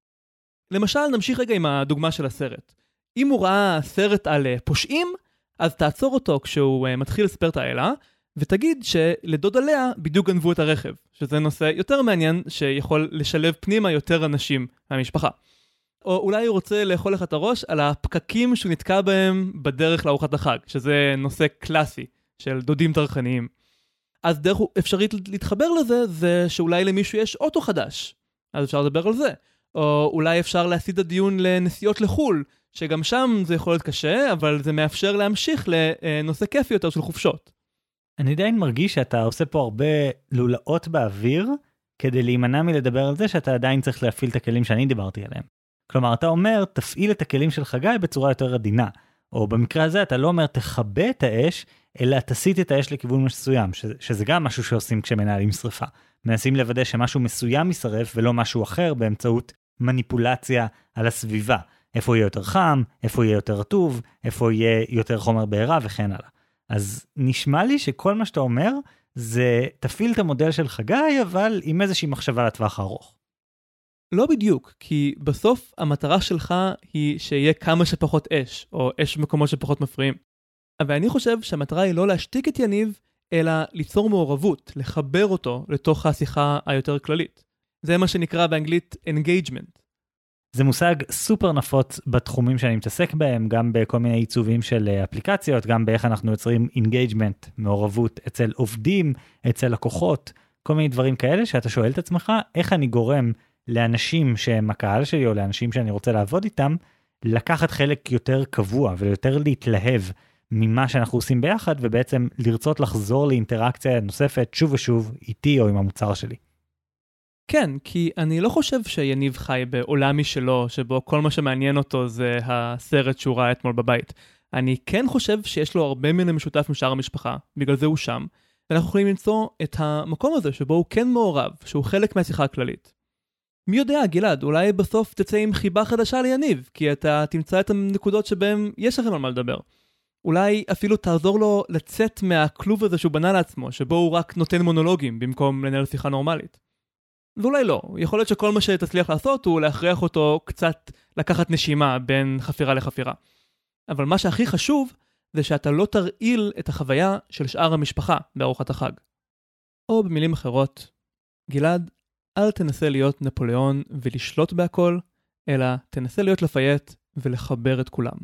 למשל, נמשיך רגע עם הדוגמה של הסרט. אם הוא ראה סרט על פושעים, אז תעצור אותו כשהוא מתחיל לספר את העילה, ותגיד שלדוד עליה בדיוק גנבו את הרכב, שזה נושא יותר מעניין שיכול לשלב פנימה יותר אנשים מהמשפחה. או אולי הוא רוצה לאכול לך את הראש על הפקקים שהוא נתקע בהם בדרך לארוחת החג, שזה נושא קלאסי של דודים טרחניים. אז דרך אפשרית להתחבר לזה, זה שאולי למישהו יש אוטו חדש, אז אפשר לדבר על זה. או אולי אפשר להסיט הדיון לנסיעות לחול, שגם שם זה יכול להיות קשה, אבל זה מאפשר להמשיך לנושא כיפי יותר של חופשות. אני עדיין מרגיש שאתה עושה פה הרבה לולאות באוויר, כדי להימנע מלדבר על זה שאתה עדיין צריך להפעיל את הכלים שאני דיברתי עליהם. כלומר, אתה אומר, תפעיל את הכלים של חגי בצורה יותר עדינה. או במקרה הזה, אתה לא אומר, תחבא את האש, אלא תסיט את האש לכיוון מסוים, ש- שזה גם משהו שעושים כשמנהלים שריפה. מנסים לוודא שמשהו מסוים ישרף, ולא משהו אחר, באמצעות מניפולציה על הסביבה. איפה יהיה יותר חם, איפה יהיה יותר רטוב, איפה יהיה יותר חומר בעירה, וכן הלאה. אז נשמע לי שכל מה שאתה אומר, זה תפעיל את המודל של חגי, אבל עם איזושהי מחשבה לטווח הארוך. לא בדיוק, כי בסוף המטרה שלך היא שיהיה כמה שפחות אש, או אש במקומות שפחות מפריעים. אבל אני חושב שהמטרה היא לא להשתיק את יניב, אלא ליצור מעורבות, לחבר אותו לתוך השיחה היותר כללית. זה מה שנקרא באנגלית engagement. זה מושג סופר נפוץ בתחומים שאני מתעסק בהם, גם בכל מיני עיצובים של אפליקציות, גם באיך אנחנו יוצרים engagement, מעורבות אצל עובדים, אצל לקוחות, כל מיני דברים כאלה שאתה שואל את עצמך, איך אני גורם לאנשים שהם הקהל שלי, או לאנשים שאני רוצה לעבוד איתם, לקחת חלק יותר קבוע, ויותר להתלהב ממה שאנחנו עושים ביחד, ובעצם לרצות לחזור לאינטראקציה נוספת שוב ושוב איתי או עם המוצר שלי. כן, כי אני לא חושב שיניב חי בעולם משלו, שבו כל מה שמעניין אותו זה הסרט שהוא ראה אתמול בבית. אני כן חושב שיש לו הרבה מן המשותף משאר המשפחה, בגלל זה הוא שם, ואנחנו יכולים למצוא את המקום הזה שבו הוא כן מעורב, שהוא חלק מהשיחה הכללית. מי יודע, גלעד, אולי בסוף תצא עם חיבה חדשה ליניב, כי אתה תמצא את הנקודות שבהם יש לכם על מה לדבר. אולי אפילו תעזור לו לצאת מהכלוב הזה שהוא בנה לעצמו, שבו הוא רק נותן מונולוגים במקום לנהל שיחה נורמלית. ואולי לא, יכול להיות שכל מה שתצליח לעשות הוא להכריח אותו קצת לקחת נשימה בין חפירה לחפירה. אבל מה שהכי חשוב זה שאתה לא תרעיל את החוויה של שאר המשפחה בארוחת החג. או במילים אחרות, גלעד, אל תנסה להיות נפוליאון ולשלוט בהכל, אלא תנסה להיות לפייט ולחבר את כולם.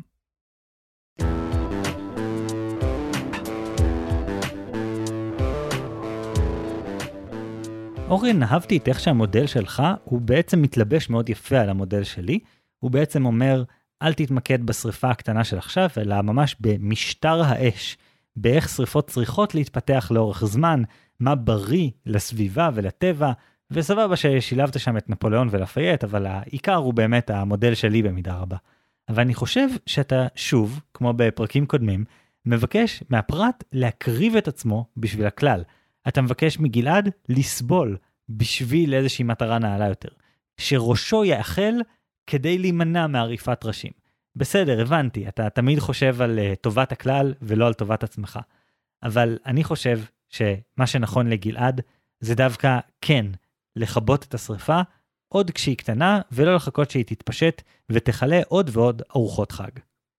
אורן, אהבתי את איך שהמודל שלך הוא בעצם מתלבש מאוד יפה על המודל שלי. הוא בעצם אומר, אל תתמקד בשריפה הקטנה של עכשיו, אלא ממש במשטר האש, באיך שריפות צריכות להתפתח לאורך זמן, מה בריא לסביבה ולטבע, וסבבה ששילבת שם את נפוליאון ולפייט, אבל העיקר הוא באמת המודל שלי במידה רבה. אבל אני חושב שאתה שוב, כמו בפרקים קודמים, מבקש מהפרט להקריב את עצמו בשביל הכלל. אתה מבקש מגלעד לסבול בשביל איזושהי מטרה נעלה יותר. שראשו יאכל כדי להימנע מעריפת ראשים. בסדר, הבנתי, אתה תמיד חושב על uh, טובת הכלל ולא על טובת עצמך. אבל אני חושב שמה שנכון לגלעד זה דווקא כן, לחבות את השריפה עוד כשהיא קטנה ולא לחכות שהיא תתפשט ותחלה עוד ועוד ארוחות חג.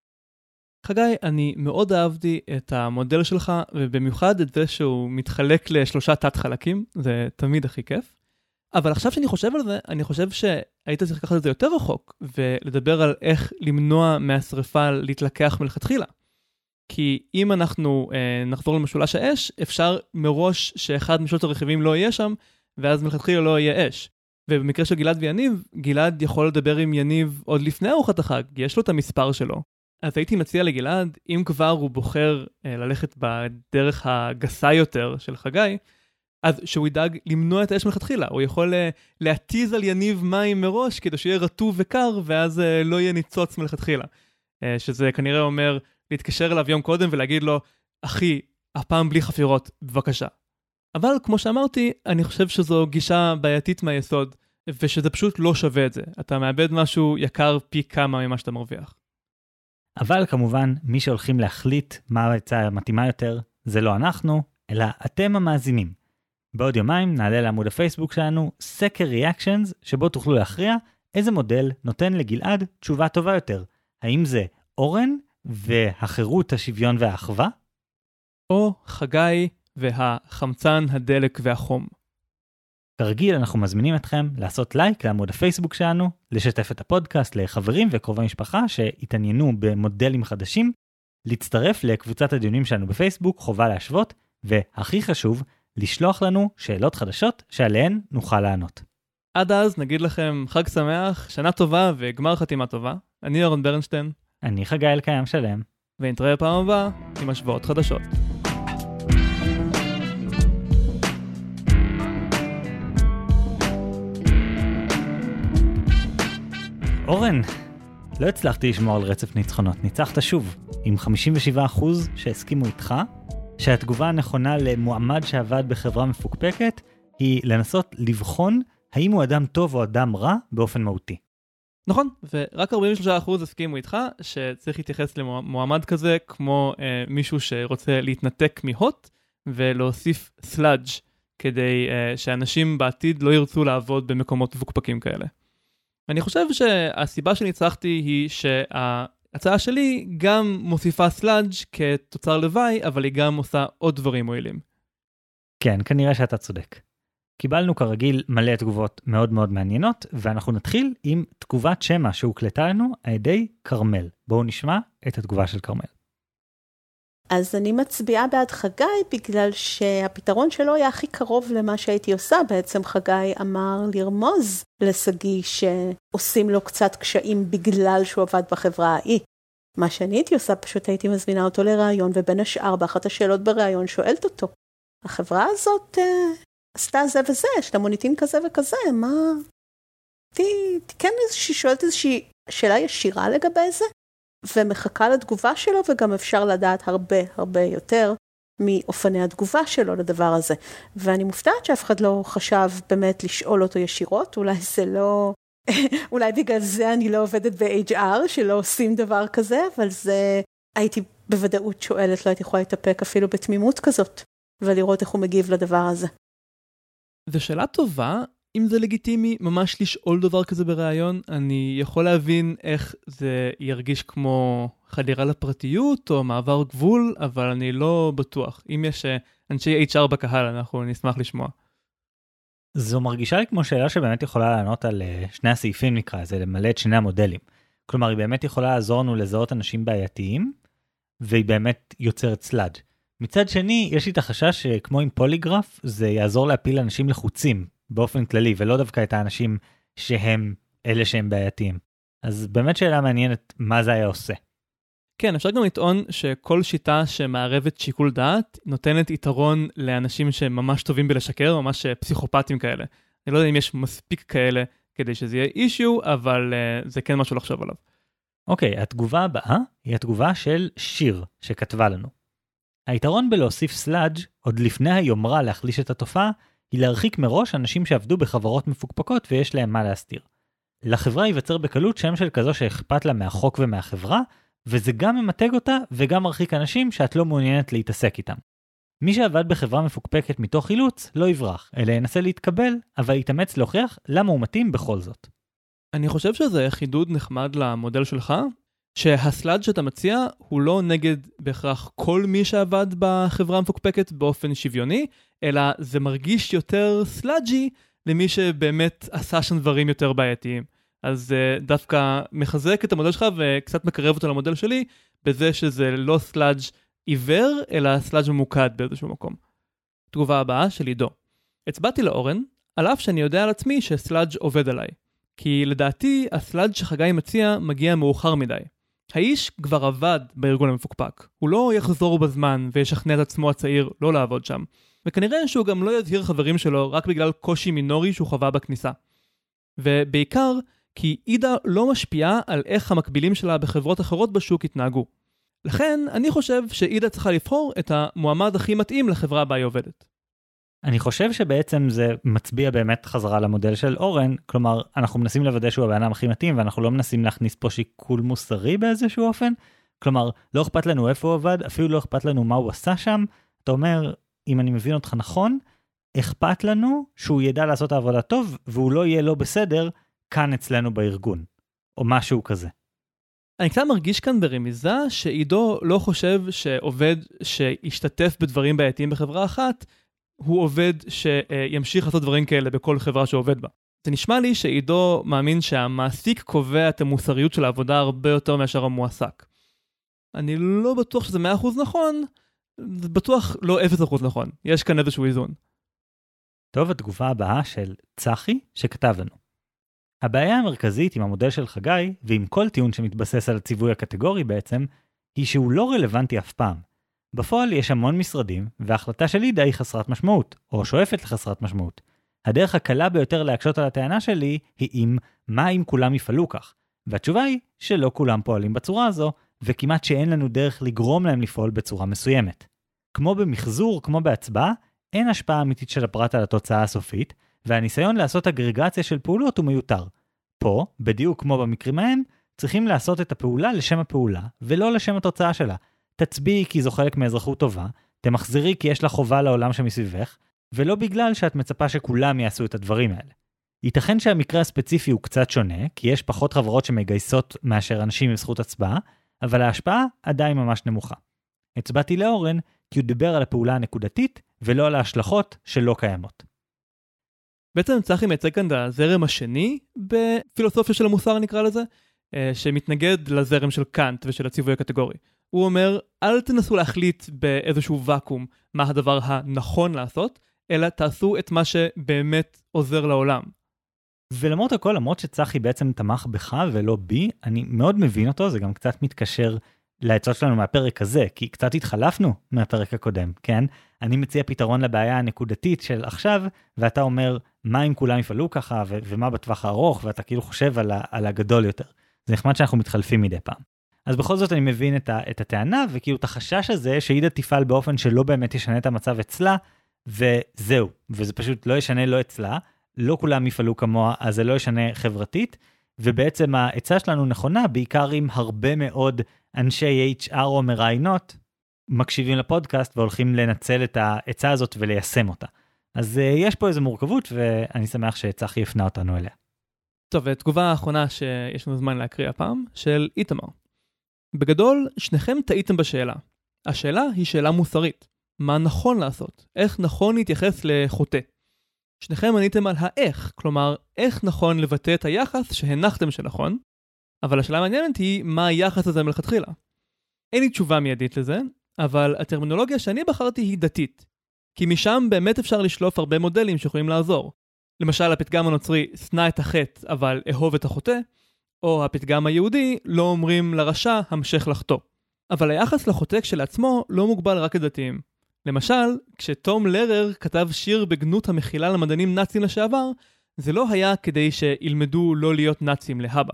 חגי, אני מאוד אהבתי את המודל שלך, ובמיוחד את זה שהוא מתחלק לשלושה תת חלקים, זה תמיד הכי כיף. אבל עכשיו שאני חושב על זה, אני חושב שהיית צריך לקחת את זה יותר רחוק, ולדבר על איך למנוע מהשריפה להתלקח מלכתחילה. כי אם אנחנו אה, נחזור למשולש האש, אפשר מראש שאחד משלושת הרכיבים לא יהיה שם, ואז מלכתחילה לא יהיה אש. ובמקרה של גלעד ויניב, גלעד יכול לדבר עם יניב עוד לפני ארוחת החג, יש לו את המספר שלו. אז הייתי מציע לגלעד, אם כבר הוא בוחר אה, ללכת בדרך הגסה יותר של חגי, אז שהוא ידאג למנוע את האש מלכתחילה. הוא יכול אה, להתיז על יניב מים מראש, כדי שיהיה רטוב וקר, ואז אה, לא יהיה ניצוץ מלכתחילה. אה, שזה כנראה אומר להתקשר אליו יום קודם ולהגיד לו, אחי, הפעם בלי חפירות, בבקשה. אבל כמו שאמרתי, אני חושב שזו גישה בעייתית מהיסוד, ושזה פשוט לא שווה את זה. אתה מאבד משהו יקר פי כמה ממה שאתה מרוויח. אבל כמובן, מי שהולכים להחליט מה ההצעה המתאימה יותר, זה לא אנחנו, אלא אתם המאזינים. בעוד יומיים נעלה לעמוד הפייסבוק שלנו סקר ריאקשנס, שבו תוכלו להכריע איזה מודל נותן לגלעד תשובה טובה יותר. האם זה אורן והחירות, השוויון והאחווה? או חגי והחמצן, הדלק והחום. כרגיל אנחנו מזמינים אתכם לעשות לייק לעמוד הפייסבוק שלנו, לשתף את הפודקאסט לחברים וקרובי משפחה שהתעניינו במודלים חדשים, להצטרף לקבוצת הדיונים שלנו בפייסבוק, חובה להשוות, והכי חשוב, לשלוח לנו שאלות חדשות שעליהן נוכל לענות. עד אז נגיד לכם חג שמח, שנה טובה וגמר חתימה טובה. אני אורן ברנשטיין. אני חגי אלקיים שלם. ונתראה פעם הבאה עם השוואות חדשות. אורן, לא הצלחתי לשמור על רצף ניצחונות, ניצחת שוב, עם חמישים ושבעה אחוז שהסכימו איתך, שהתגובה הנכונה למועמד שעבד בחברה מפוקפקת, היא לנסות לבחון האם הוא אדם טוב או אדם רע באופן מהותי. נכון, ורק ארבעים ושלושה אחוז הסכימו איתך, שצריך להתייחס למועמד כזה, כמו אה, מישהו שרוצה להתנתק מהוט, ולהוסיף סלאג' כדי אה, שאנשים בעתיד לא ירצו לעבוד במקומות מפוקפקים כאלה. אני חושב שהסיבה שניצחתי היא שההצעה שלי גם מוסיפה סלאג' כתוצר לוואי, אבל היא גם עושה עוד דברים מועילים. כן, כנראה שאתה צודק. קיבלנו כרגיל מלא תגובות מאוד מאוד מעניינות, ואנחנו נתחיל עם תגובת שמה שהוקלטה לנו על ידי קרמל. בואו נשמע את התגובה של קרמל. אז אני מצביעה בעד חגי בגלל שהפתרון שלו היה הכי קרוב למה שהייתי עושה. בעצם חגי אמר לרמוז לסגי שעושים לו קצת קשיים בגלל שהוא עבד בחברה ההיא. מה שאני הייתי עושה, פשוט הייתי מזמינה אותו לרעיון, ובין השאר באחת השאלות ברעיון שואלת אותו, החברה הזאת אה, עשתה זה וזה, יש לה מוניטין כזה וכזה, מה? תי, תי כן איזושהי שואלת איזושהי שאלה ישירה לגבי זה, ומחכה לתגובה שלו, וגם אפשר לדעת הרבה הרבה יותר מאופני התגובה שלו לדבר הזה. ואני מופתעת שאף אחד לא חשב באמת לשאול אותו ישירות, אולי זה לא, אולי בגלל זה אני לא עובדת ב-אייץ' אר, שלא עושים דבר כזה, אבל זה, הייתי בוודאות שואלת, לא הייתי יכולה להתאפק אפילו בתמימות כזאת, ולראות איך הוא מגיב לדבר הזה. זו שאלה טובה. אם זה לגיטימי ממש לשאול דבר כזה ברעיון, אני יכול להבין איך זה ירגיש כמו חדירה לפרטיות או מעבר גבול, אבל אני לא בטוח. אם יש אנשי אייץ' אר בקהל, אנחנו נשמח לשמוע. זו מרגישה לי כמו שאלה שבאמת יכולה לענות על שני הסעיפים נקרא, זה למלא את שני המודלים. כלומר, היא באמת יכולה לעזור לנו לזהות אנשים בעייתיים, והיא באמת יוצרת סלאג'. מצד שני, יש לי את החשש שכמו עם פוליגרף, זה יעזור להפיל אנשים לחוצים, באופן כללי, ולא דווקא את האנשים שהם אלה שהם בעייתיים. אז באמת שאלה מעניינת מה זה היה עושה. כן, אפשר גם לטעון שכל שיטה שמערבת שיקול דעת נותנת יתרון לאנשים שהם ממש טובים בלשקר, ממש פסיכופטים כאלה. אני לא יודע אם יש מספיק כאלה כדי שזה יהיה אישיו, אבל uh, זה כן משהו לחשוב עליו. אוקיי, התגובה הבאה היא התגובה של שיר שכתבה לנו. היתרון בלהוסיף סלאג' עוד לפני היומרה להחליש את התופעה, היא להרחיק מראש אנשים שעבדו בחברות מפוקפקות ויש להם מה להסתיר. לחברה ייווצר בקלות שם של כזו שאכפת לה מהחוק ומהחברה, וזה גם ממתג אותה וגם מרחיק אנשים שאת לא מעוניינת להתעסק איתם. מי שעבד בחברה מפוקפקת מתוך אילוץ לא יברח, אלא ינסה להתקבל, אבל יתאמץ להוכיח למה הוא מתאים בכל זאת. אני חושב שזה חידוד נחמד למודל שלך, שהסלאג' שאתה מציע הוא לא נגד בהכרח כל מי שעבד בחברה המפוקפקת באופן שוויוני, אלא זה מרגיש יותר סלאג'י למי שבאמת עשה שם דברים יותר בעייתיים. אז uh, דווקא מחזק את המודל שלך וקצת מקרב אותו למודל שלי, בזה שזה לא סלאג' עיוור, אלא סלאג' ממוקד באיזשהו מקום. תגובה הבאה של עידו. הצבעתי לאורן, על אף שאני יודע על עצמי שסלאג' עובד עליי. כי לדעתי הסלאג' שחגי מציע מגיע מאוחר מדי. האיש כבר עבד בארגון המפוקפק. הוא לא יחזור בזמן וישכנע את עצמו הצעיר לא לעבוד שם. וכנראה שהוא גם לא יזהיר חברים שלו רק בגלל קושי מינורי שהוא חווה בכניסה. ובעיקר כי עידה לא משפיעה על איך המקבילים שלה בחברות אחרות בשוק התנהגו. לכן אני חושב שעידה צריכה לבחור את המועמד הכי מתאים לחברה בה היא עובדת. אני חושב שבעצם זה מצביע באמת חזרה למודל של אורן, כלומר אנחנו מנסים לוודא שהוא הבן אדם הכי מתאים ואנחנו לא מנסים להכניס פה שיקול מוסרי באיזשהו אופן, כלומר לא אכפת לנו איפה הוא עבד, אפילו לא אכפת לנו מה הוא עשה שם, אתה אומר, אם אני מבין אותך נכון, אכפת לנו שהוא ידע לעשות העבודה טוב והוא לא יהיה לא בסדר כאן אצלנו בארגון, או משהו כזה. אני קצת מרגיש כאן ברמיזה שעידו לא חושב שעובד שישתתף בדברים בעייתיים בחברה אחת, הוא עובד שימשיך לעשות דברים כאלה בכל חברה שעובד בה. זה נשמע לי שעידו מאמין שהמעסיק קובע את המוסריות של העבודה הרבה יותר מאשר המועסק. אני לא בטוח שזה מאה אחוז נכון, זה בטוח לא אפס אחוז נכון. יש כאן איזשהו איזון. טוב, התגובה הבאה של צחי שכתב לנו. הבעיה המרכזית עם המודל של חגי, ועם כל טיעון שמתבסס על הציווי הקטגורי בעצם, היא שהוא לא רלוונטי אף פעם. בפועל יש המון משרדים, וההחלטה של עידה היא חסרת משמעות, או שואפת לחסרת משמעות. הדרך הקלה ביותר להקשות על הטענה שלי היא אם, מה אם כולם יפעלו כך? והתשובה היא שלא כולם פועלים בצורה הזו, וכמעט שאין לנו דרך לגרום להם לפעול בצורה מסוימת. כמו במחזור, כמו בהצבעה, אין השפעה אמיתית של הפרט על התוצאה הסופית, והניסיון לעשות אגרגציה של פעולות הוא מיותר. פה, בדיוק כמו במקרים ההם, צריכים לעשות את הפעולה לשם הפעולה, ולא לשם התוצאה שלה. תצביעי כי זו חלק מאזרחות טובה, תמחזרי כי יש לה חובה לעולם שמסביבך, ולא בגלל שאת מצפה שכולם יעשו את הדברים האלה. ייתכן שהמקרה הספציפי הוא קצת שונה, כי יש פחות חברות שמגייסות מאשר אנשים עם זכות הצבעה, אבל ההשפעה עדיין ממש נמוכה. הצבעתי לאורן כי הוא דיבר על הפעולה הנקודתית, ולא על ההשלכות שלא קיימות. בעצם צחי מייצג כאן את הזרם השני בפילוסופיה של המוסר נקרא לזה, שמתנגד לזרם של קאנט ושל הציווי הקטגורי. הוא אומר, אל תנסו להחליט באיזשהו וקום מה הדבר הנכון לעשות, אלא תעשו את מה שבאמת עוזר לעולם. ולמרות הכל, למרות שצחי בעצם תמך בך ולא בי, אני מאוד מבין אותו, זה גם קצת מתקשר לעצות שלנו מהפרק הזה, כי קצת התחלפנו מהפרק הקודם, כן? אני מציע פתרון לבעיה הנקודתית של עכשיו, ואתה אומר, מה אם כולם יפעלו ככה, ו- ומה בטווח הארוך, ואתה כאילו חושב על, ה- על הגדול יותר. זה נחמד שאנחנו מתחלפים מדי פעם. אז בכל זאת אני מבין את, ה- את הטענה, וכאילו את החשש הזה, שעידה תפעל באופן שלא באמת ישנה את המצב אצלה, וזהו, וזה פשוט לא ישנה לא אצלה, לא כולם יפעלו כמוה, אז זה לא ישנה חברתית, ובעצם העצה שלנו נכונה, בעיקר עם הרבה מאוד אנשי אייץ' אר או מראיינות, מקשיבים לפודקאסט והולכים לנצל את העצה הזאת וליישם אותה. אז uh, יש פה איזו מורכבות, ואני שמח שצחי יפנה אותנו אליה. טוב, התגובה האחרונה שיש לנו זמן להקריא הפעם, של איתמר. בגדול, שניכם טעיתם בשאלה. השאלה היא שאלה מוסרית. מה נכון לעשות? איך נכון להתייחס לחוטא? שניכם עניתם על האיך, כלומר, איך נכון לבטא את היחס שהנחתם שנכון, אבל השאלה המעניינת היא מה היחס הזה מלכתחילה. אין לי תשובה מיידית לזה, אבל הטרמינולוגיה שאני בחרתי היא דתית, כי משם באמת אפשר לשלוף הרבה מודלים שיכולים לעזור. למשל, הפתגם הנוצרי, שנא את החטא, אבל אהוב את החוטא, או הפתגם היהודי, לא אומרים לרשע, המשך לחטוא. אבל היחס לחוטא כשלעצמו לא מוגבל רק לדתיים. למשל, כשתום לרר כתב שיר בגנות המכילה למדענים נאצים לשעבר, זה לא היה כדי שילמדו לא להיות נאצים להבא.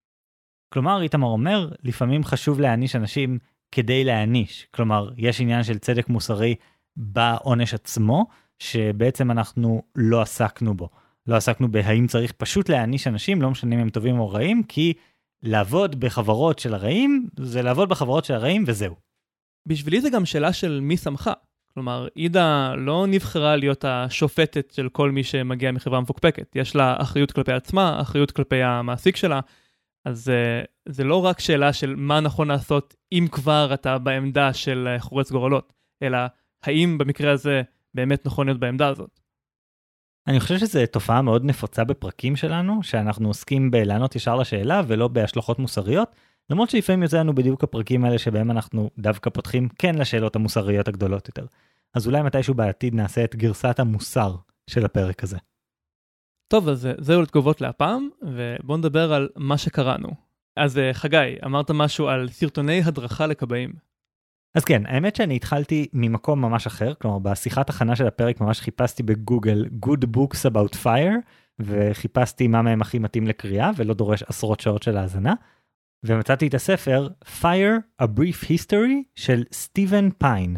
כלומר, איתמר אומר, לפעמים חשוב להעניש אנשים כדי להעניש. כלומר, יש עניין של צדק מוסרי בעונש עצמו, שבעצם אנחנו לא עסקנו בו. לא עסקנו בהאם צריך פשוט להעניש אנשים, לא משנה אם הם טובים או רעים, כי לעבוד בחברות של הרעים, זה לעבוד בחברות של הרעים וזהו. בשבילי זה גם שאלה של מי שמך. כלומר, עידה לא נבחרה להיות השופטת של כל מי שמגיע מחברה מפוקפקת. יש לה אחריות כלפי עצמה, אחריות כלפי המעסיק שלה, אז uh, זה לא רק שאלה של מה נכון לעשות אם כבר אתה בעמדה של uh, חורץ גורלות, אלא האם במקרה הזה באמת נכון להיות בעמדה הזאת. אני חושב שזו תופעה מאוד נפוצה בפרקים שלנו, שאנחנו עוסקים בלענות ישר לשאלה ולא בהשלכות מוסריות, למרות שלפעמים יוצא לנו בדיוק הפרקים האלה שבהם אנחנו דווקא פותחים כן לשאלות המוסריות הגדולות יותר. אז אולי מתישהו בעתיד נעשה את גרסת המוסר של הפרק הזה. טוב, אז זהו לתגובות להפעם, ובואו נדבר על מה שקראנו. אז חגי, אמרת משהו על סרטוני הדרכה לכבאים. אז כן, האמת שאני התחלתי ממקום ממש אחר, כלומר בשיחת הכנה של הפרק ממש חיפשתי בגוגל Good Books About Fire, וחיפשתי מה מהם הכי מתאים לקריאה, ולא דורש עשרות שעות של האזנה, ומצאתי את הספר Fire, A Brief History של סטיבן פיין.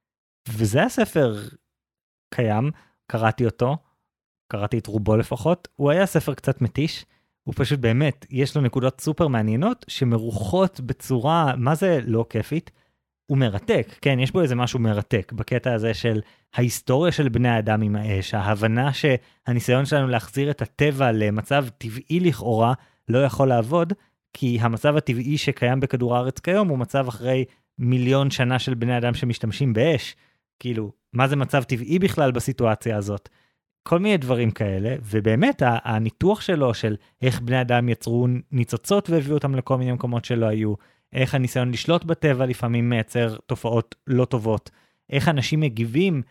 וזה הספר קיים, קראתי אותו, קראתי את רובו לפחות, הוא היה ספר קצת מתיש, הוא פשוט באמת, יש לו נקודות סופר מעניינות, שמרוחות בצורה, מה זה לא כיפית, הוא מרתק, כן, יש בו איזה משהו מרתק, בקטע הזה של ההיסטוריה של בני האדם עם האש, ההבנה שהניסיון שלנו להחזיר את הטבע למצב טבעי לכאורה, לא יכול לעבוד, כי המצב הטבעי שקיים בכדור הארץ כיום, הוא מצב אחרי מיליון שנה של בני אדם שמשתמשים באש, כאילו, מה זה מצב טבעי בכלל בסיטואציה הזאת? כל מיני דברים כאלה, ובאמת הניתוח שלו של איך בני אדם יצרו ניצוצות והביאו אותם לכל מיני מקומות שלא היו, איך הניסיון לשלוט בטבע לפעמים מייצר תופעות לא טובות, איך אנשים מגיבים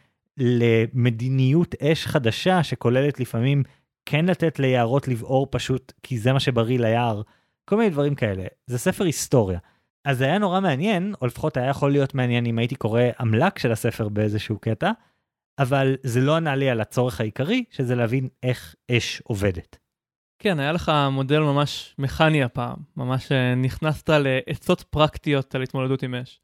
למדיניות אש חדשה שכוללת לפעמים כן לתת ליערות לבעור פשוט כי זה מה שבריא ליער, כל מיני דברים כאלה. זה ספר היסטוריה. אז זה היה נורא מעניין, או לפחות היה יכול להיות מעניין אם הייתי קורא עמלק של הספר באיזשהו קטע, אבל זה לא ענה לי על הצורך העיקרי, שזה להבין איך אש עובדת. כן, היה לך מודל ממש מכני הפעם, ממש נכנסת לעצות פרקטיות על התמודדות עם אש.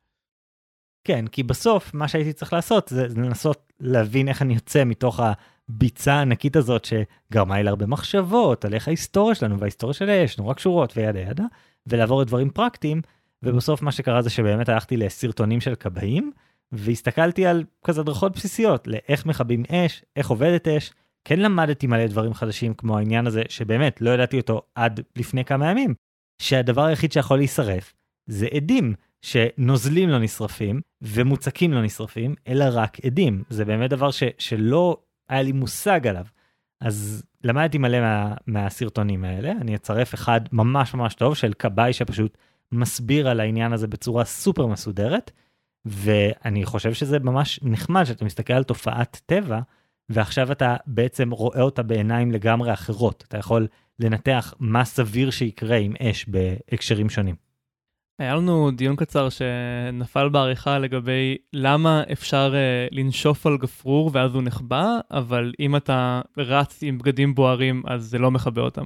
כן, כי בסוף מה שהייתי צריך לעשות זה לנסות להבין איך אני יוצא מתוך הביצה הענקית הזאת שגרמה לי להרבה מחשבות על איך ההיסטוריה שלנו וההיסטוריה של האש נורא קשורות וידה ידה, ולעבור את דברים פרקטיים, ובסוף מה שקרה זה שבאמת הלכתי לסרטונים של כבאים, והסתכלתי על כזה הדרכות בסיסיות, לאיך מכבים אש, איך עובדת אש, כן למדתי מלא דברים חדשים כמו העניין הזה שבאמת לא ידעתי אותו עד לפני כמה ימים, שהדבר היחיד שיכול להישרף זה עדים, שנוזלים לא נשרפים ומוצקים לא נשרפים, אלא רק עדים. זה באמת דבר ש, שלא היה לי מושג עליו. אז למדתי מלא מה, מהסרטונים האלה, אני אצרף אחד ממש ממש טוב של כבאי שפשוט מסביר על העניין הזה בצורה סופר מסודרת, ואני חושב שזה ממש נחמד שאתה מסתכל על תופעת טבע, ועכשיו אתה בעצם רואה אותה בעיניים לגמרי אחרות. אתה יכול לנתח מה סביר שיקרה עם אש בהקשרים שונים. היה לנו דיון קצר שנפל בעריכה לגבי למה אפשר uh, לנשוף על גפרור ואז הוא נחבא, אבל אם אתה רץ עם בגדים בוערים אז זה לא מחבא אותם.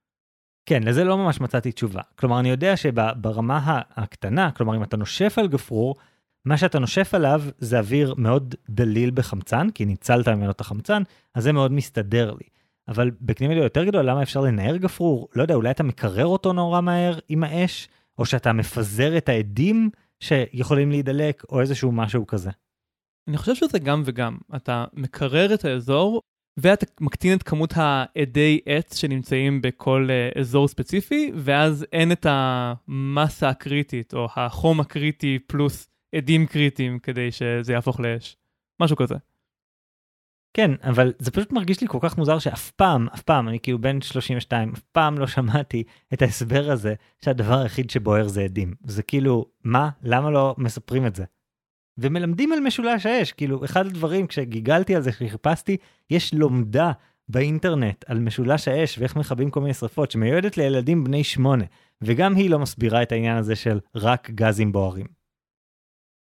כן, לזה לא ממש מצאתי תשובה. כלומר, אני יודע שברמה הקטנה, כלומר, אם אתה נושף על גפרור, מה שאתה נושף עליו זה אוויר מאוד דליל בחמצן, כי ניצלת ממנו את החמצן, אז זה מאוד מסתדר לי. אבל בקנה מידה יותר גדול, למה אפשר לנער גפרור? לא יודע, אולי אתה מקרר אותו נורא מהר עם האש, או שאתה מפזר את העדים שיכולים להידלק, או איזשהו משהו כזה. אני חושב שזה גם וגם. אתה מקרר את האזור, ואתה מקטין את כמות העדי עץ שנמצאים בכל uh, אזור ספציפי, ואז אין את המסה הקריטית, או החום הקריטי פלוס עדים קריטיים, כדי שזה יהפוך לאש. משהו כזה. כן, אבל זה פשוט מרגיש לי כל כך מוזר שאף פעם, אף פעם, אני כאילו בן שלושים ושתיים, אף פעם לא שמעתי את ההסבר הזה, שהדבר היחיד שבוער זה עדים. זה כאילו, מה? למה לא מספרים את זה? ומלמדים על משולש האש, כאילו, אחד הדברים, כשגיגלתי על זה, כשחיפשתי, יש לומדה באינטרנט על משולש האש, ואיך מכבים כל מיני שרפות, שמיועדת לילדים בני שמונה, וגם היא לא מסבירה את העניין הזה של רק גזים בוערים.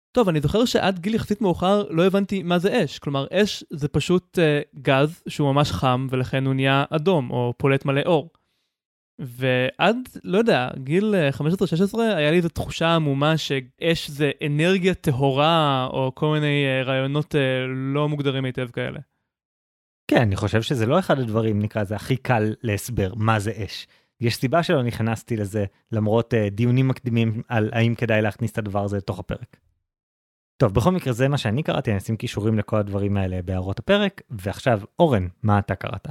טוב, אני זוכר שעד גיל יחסית מאוחר לא הבנתי מה זה אש. כלומר, אש זה פשוט uh, גז שהוא ממש חם, ולכן הוא נהיה אדום, או פולט מלא אור. ועד, לא יודע, גיל חמש עשרה שש עשרה, היה לי איזו תחושה עמומה שאש זה אנרגיה טהורה, או כל מיני uh, רעיונות uh, לא מוגדרים היטב כאלה. כן, אני חושב שזה לא אחד הדברים, נקרא זה הכי קל להסבר מה זה אש. יש סיבה שלא נכנסתי לזה, למרות uh, דיונים מקדימים על האם כדאי להכניס את הדבר הזה לתוך הפרק. טוב, בכל מקרה זה מה שאני קראתי, אני אשים קישורים לכל הדברים האלה בהערות הפרק, ועכשיו, אורן, מה אתה קראת?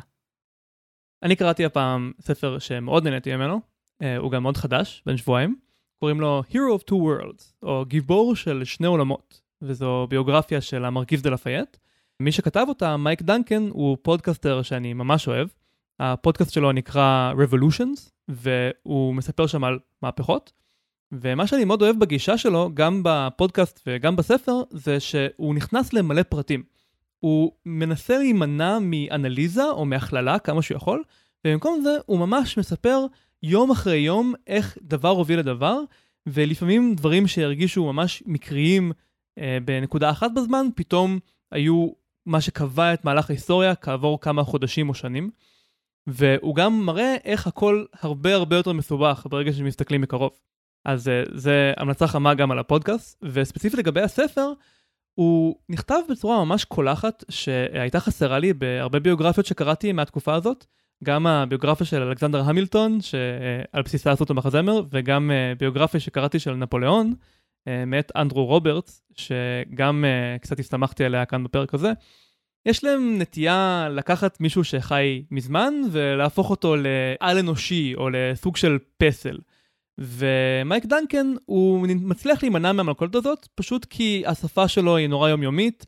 אני קראתי הפעם ספר שמאוד נהניתי ממנו, הוא גם מאוד חדש, בין שבועיים, קוראים לו Hero of Two Worlds, או גיבור של שני עולמות, וזו ביוגרפיה של המרכיב דה לפייט. מי שכתב אותה, מייק דנקן, הוא פודקאסטר שאני ממש אוהב. הפודקאסט שלו נקרא Revolutions, והוא מספר שם על מהפכות. ומה שאני מאוד אוהב בגישה שלו, גם בפודקאסט וגם בספר, זה שהוא נכנס למלא פרטים. הוא מנסה להימנע מאנליזה או מהכללה כמה שהוא יכול, ובמקום זה הוא ממש מספר יום אחרי יום איך דבר הוביל לדבר, ולפעמים דברים שהרגישו ממש מקריים אה, בנקודה אחת בזמן, פתאום היו מה שקבע את מהלך ההיסטוריה כעבור כמה חודשים או שנים. והוא גם מראה איך הכל הרבה הרבה יותר מסובך ברגע שמסתכלים מקרוב. אז זה המלצה חמה גם על הפודקאסט, וספציפית לגבי הספר, הוא נכתב בצורה ממש קולחת, שהייתה חסרה לי בהרבה ביוגרפיות שקראתי מהתקופה הזאת, גם הביוגרפיה של אלכסנדר המילטון, שעל בסיסה עשו אותו מחזמר, וגם ביוגרפיה שקראתי של נפוליאון, מאת אנדרו רוברטס, שגם קצת הסתמכתי עליה כאן בפרק הזה. יש להם נטייה לקחת מישהו שחי מזמן, ולהפוך אותו לעל אנושי, או לסוג של פסל. ומייק דנקן הוא מצליח להימנע מהמלכודת הזאת, פשוט כי השפה שלו היא נורא יומיומית,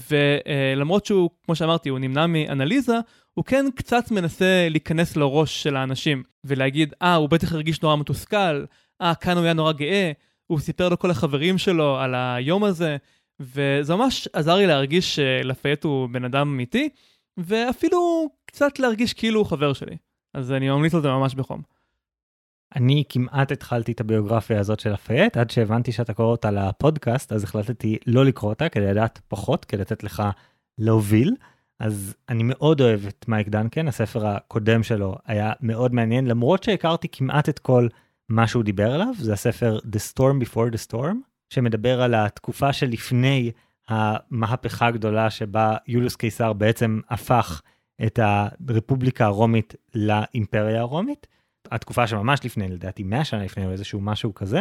ולמרות שהוא, כמו שאמרתי, הוא נמנע מאנליזה, הוא כן קצת מנסה להיכנס לראש של האנשים, ולהגיד, אה, הוא בטח הרגיש נורא מתוסכל, אה, כאן הוא היה נורא גאה, הוא סיפר לכל החברים שלו על היום הזה, וזה ממש עזר לי להרגיש שלפייט הוא בן אדם אמיתי, ואפילו קצת להרגיש כאילו הוא חבר שלי. אז אני ממליץ על זה ממש בחום. אני כמעט התחלתי את הביוגרפיה הזאת של לפייט, עד שהבנתי שאתה קורא אותה לפודקאסט, אז החלטתי לא לקרוא אותה, כדי לדעת פחות, כדי לתת לך להוביל. אז אני מאוד אוהב את מייק דנקן, הספר הקודם שלו היה מאוד מעניין, למרות שהכרתי כמעט את כל מה שהוא דיבר עליו, זה הספר The Storm Before the Storm, שמדבר על התקופה שלפני המהפכה הגדולה, שבה יוליוס קיסר בעצם הפך את הרפובליקה הרומית לאימפריה הרומית, התקופה שממש לפני, לדעתי מאה שנה לפני, או איזשהו משהו כזה,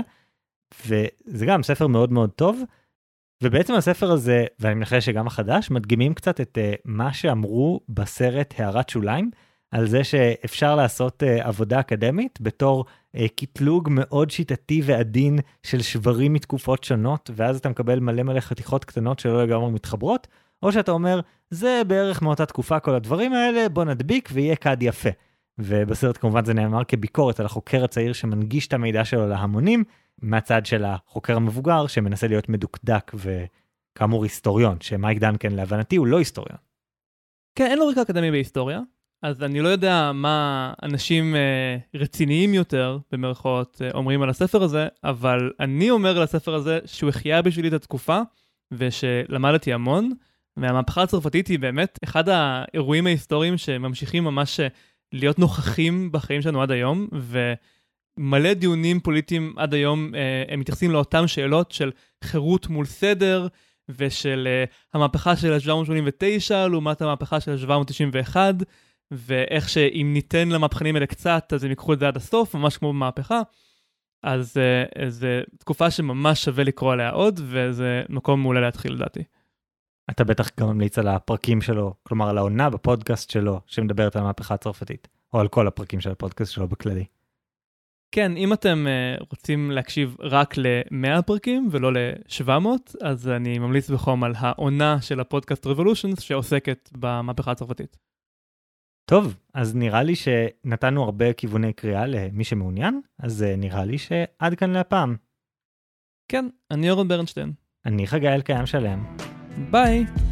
וזה גם ספר מאוד מאוד טוב, ובעצם הספר הזה, ואני מנחש שגם החדש, מדגימים קצת את uh, מה שאמרו בסרט הערת שוליים, על זה שאפשר לעשות uh, עבודה אקדמית, בתור uh, קטלוג מאוד שיטתי ועדין, של שברים מתקופות שונות, ואז אתה מקבל מלא מלא חתיכות קטנות, שלא לגמרי מתחברות, או שאתה אומר, זה בערך מאותה תקופה כל הדברים האלה, בוא נדביק ויהיה קד יפה. ובסרט כמובן זה נאמר כביקורת על החוקר הצעיר שמנגיש את המידע שלו להמונים, מהצד של החוקר המבוגר שמנסה להיות מדוקדק וכאמור היסטוריון, שמייק דנקן להבנתי הוא לא היסטוריון. כן, אין לו רקע אקדמי בהיסטוריה, אז אני לא יודע מה אנשים אה, רציניים יותר, במרכאות, אה, אומרים על הספר הזה, אבל אני אומר על הספר הזה שהוא החיה בשבילי את התקופה, ושלמדתי המון, והמהפכה הצרפתית היא באמת אחד האירועים ההיסטוריים שממשיכים ממש להיות נוכחים בחיים שלנו עד היום, ומלא דיונים פוליטיים עד היום אה, הם מתייחסים לאותן שאלות של חירות מול סדר, ושל אה, המהפכה של שבע מאות שמונים ותשע לעומת המהפכה של שבע מאות תשעים ואחת, ואיך שאם ניתן למהפכנים האלה קצת, אז הם יקחו את זה עד הסוף, ממש כמו במהפכה. אז אה, זו תקופה שממש שווה לקרוא עליה עוד, וזה מקום מעולה להתחיל לדעתי. אתה בטח גם ממליץ על הפרקים שלו, כלומר על העונה בפודקאסט שלו, שמדברת על המהפכה הצרפתית, או על כל הפרקים של הפודקאסט שלו בכללי. כן, אם אתם uh, רוצים להקשיב רק ל-מאה פרקים ולא ל-שבע מאות, אז אני ממליץ בחום על העונה של הפודקאסט Revolutions שעוסקת במהפכה הצרפתית. טוב, אז נראה לי שנתנו הרבה כיווני קריאה למי שמעוניין, אז נראה לי שעד כאן להפעם. כן, אני אורן ברנשטיין. אני חגי אלקיים שלם. ביי!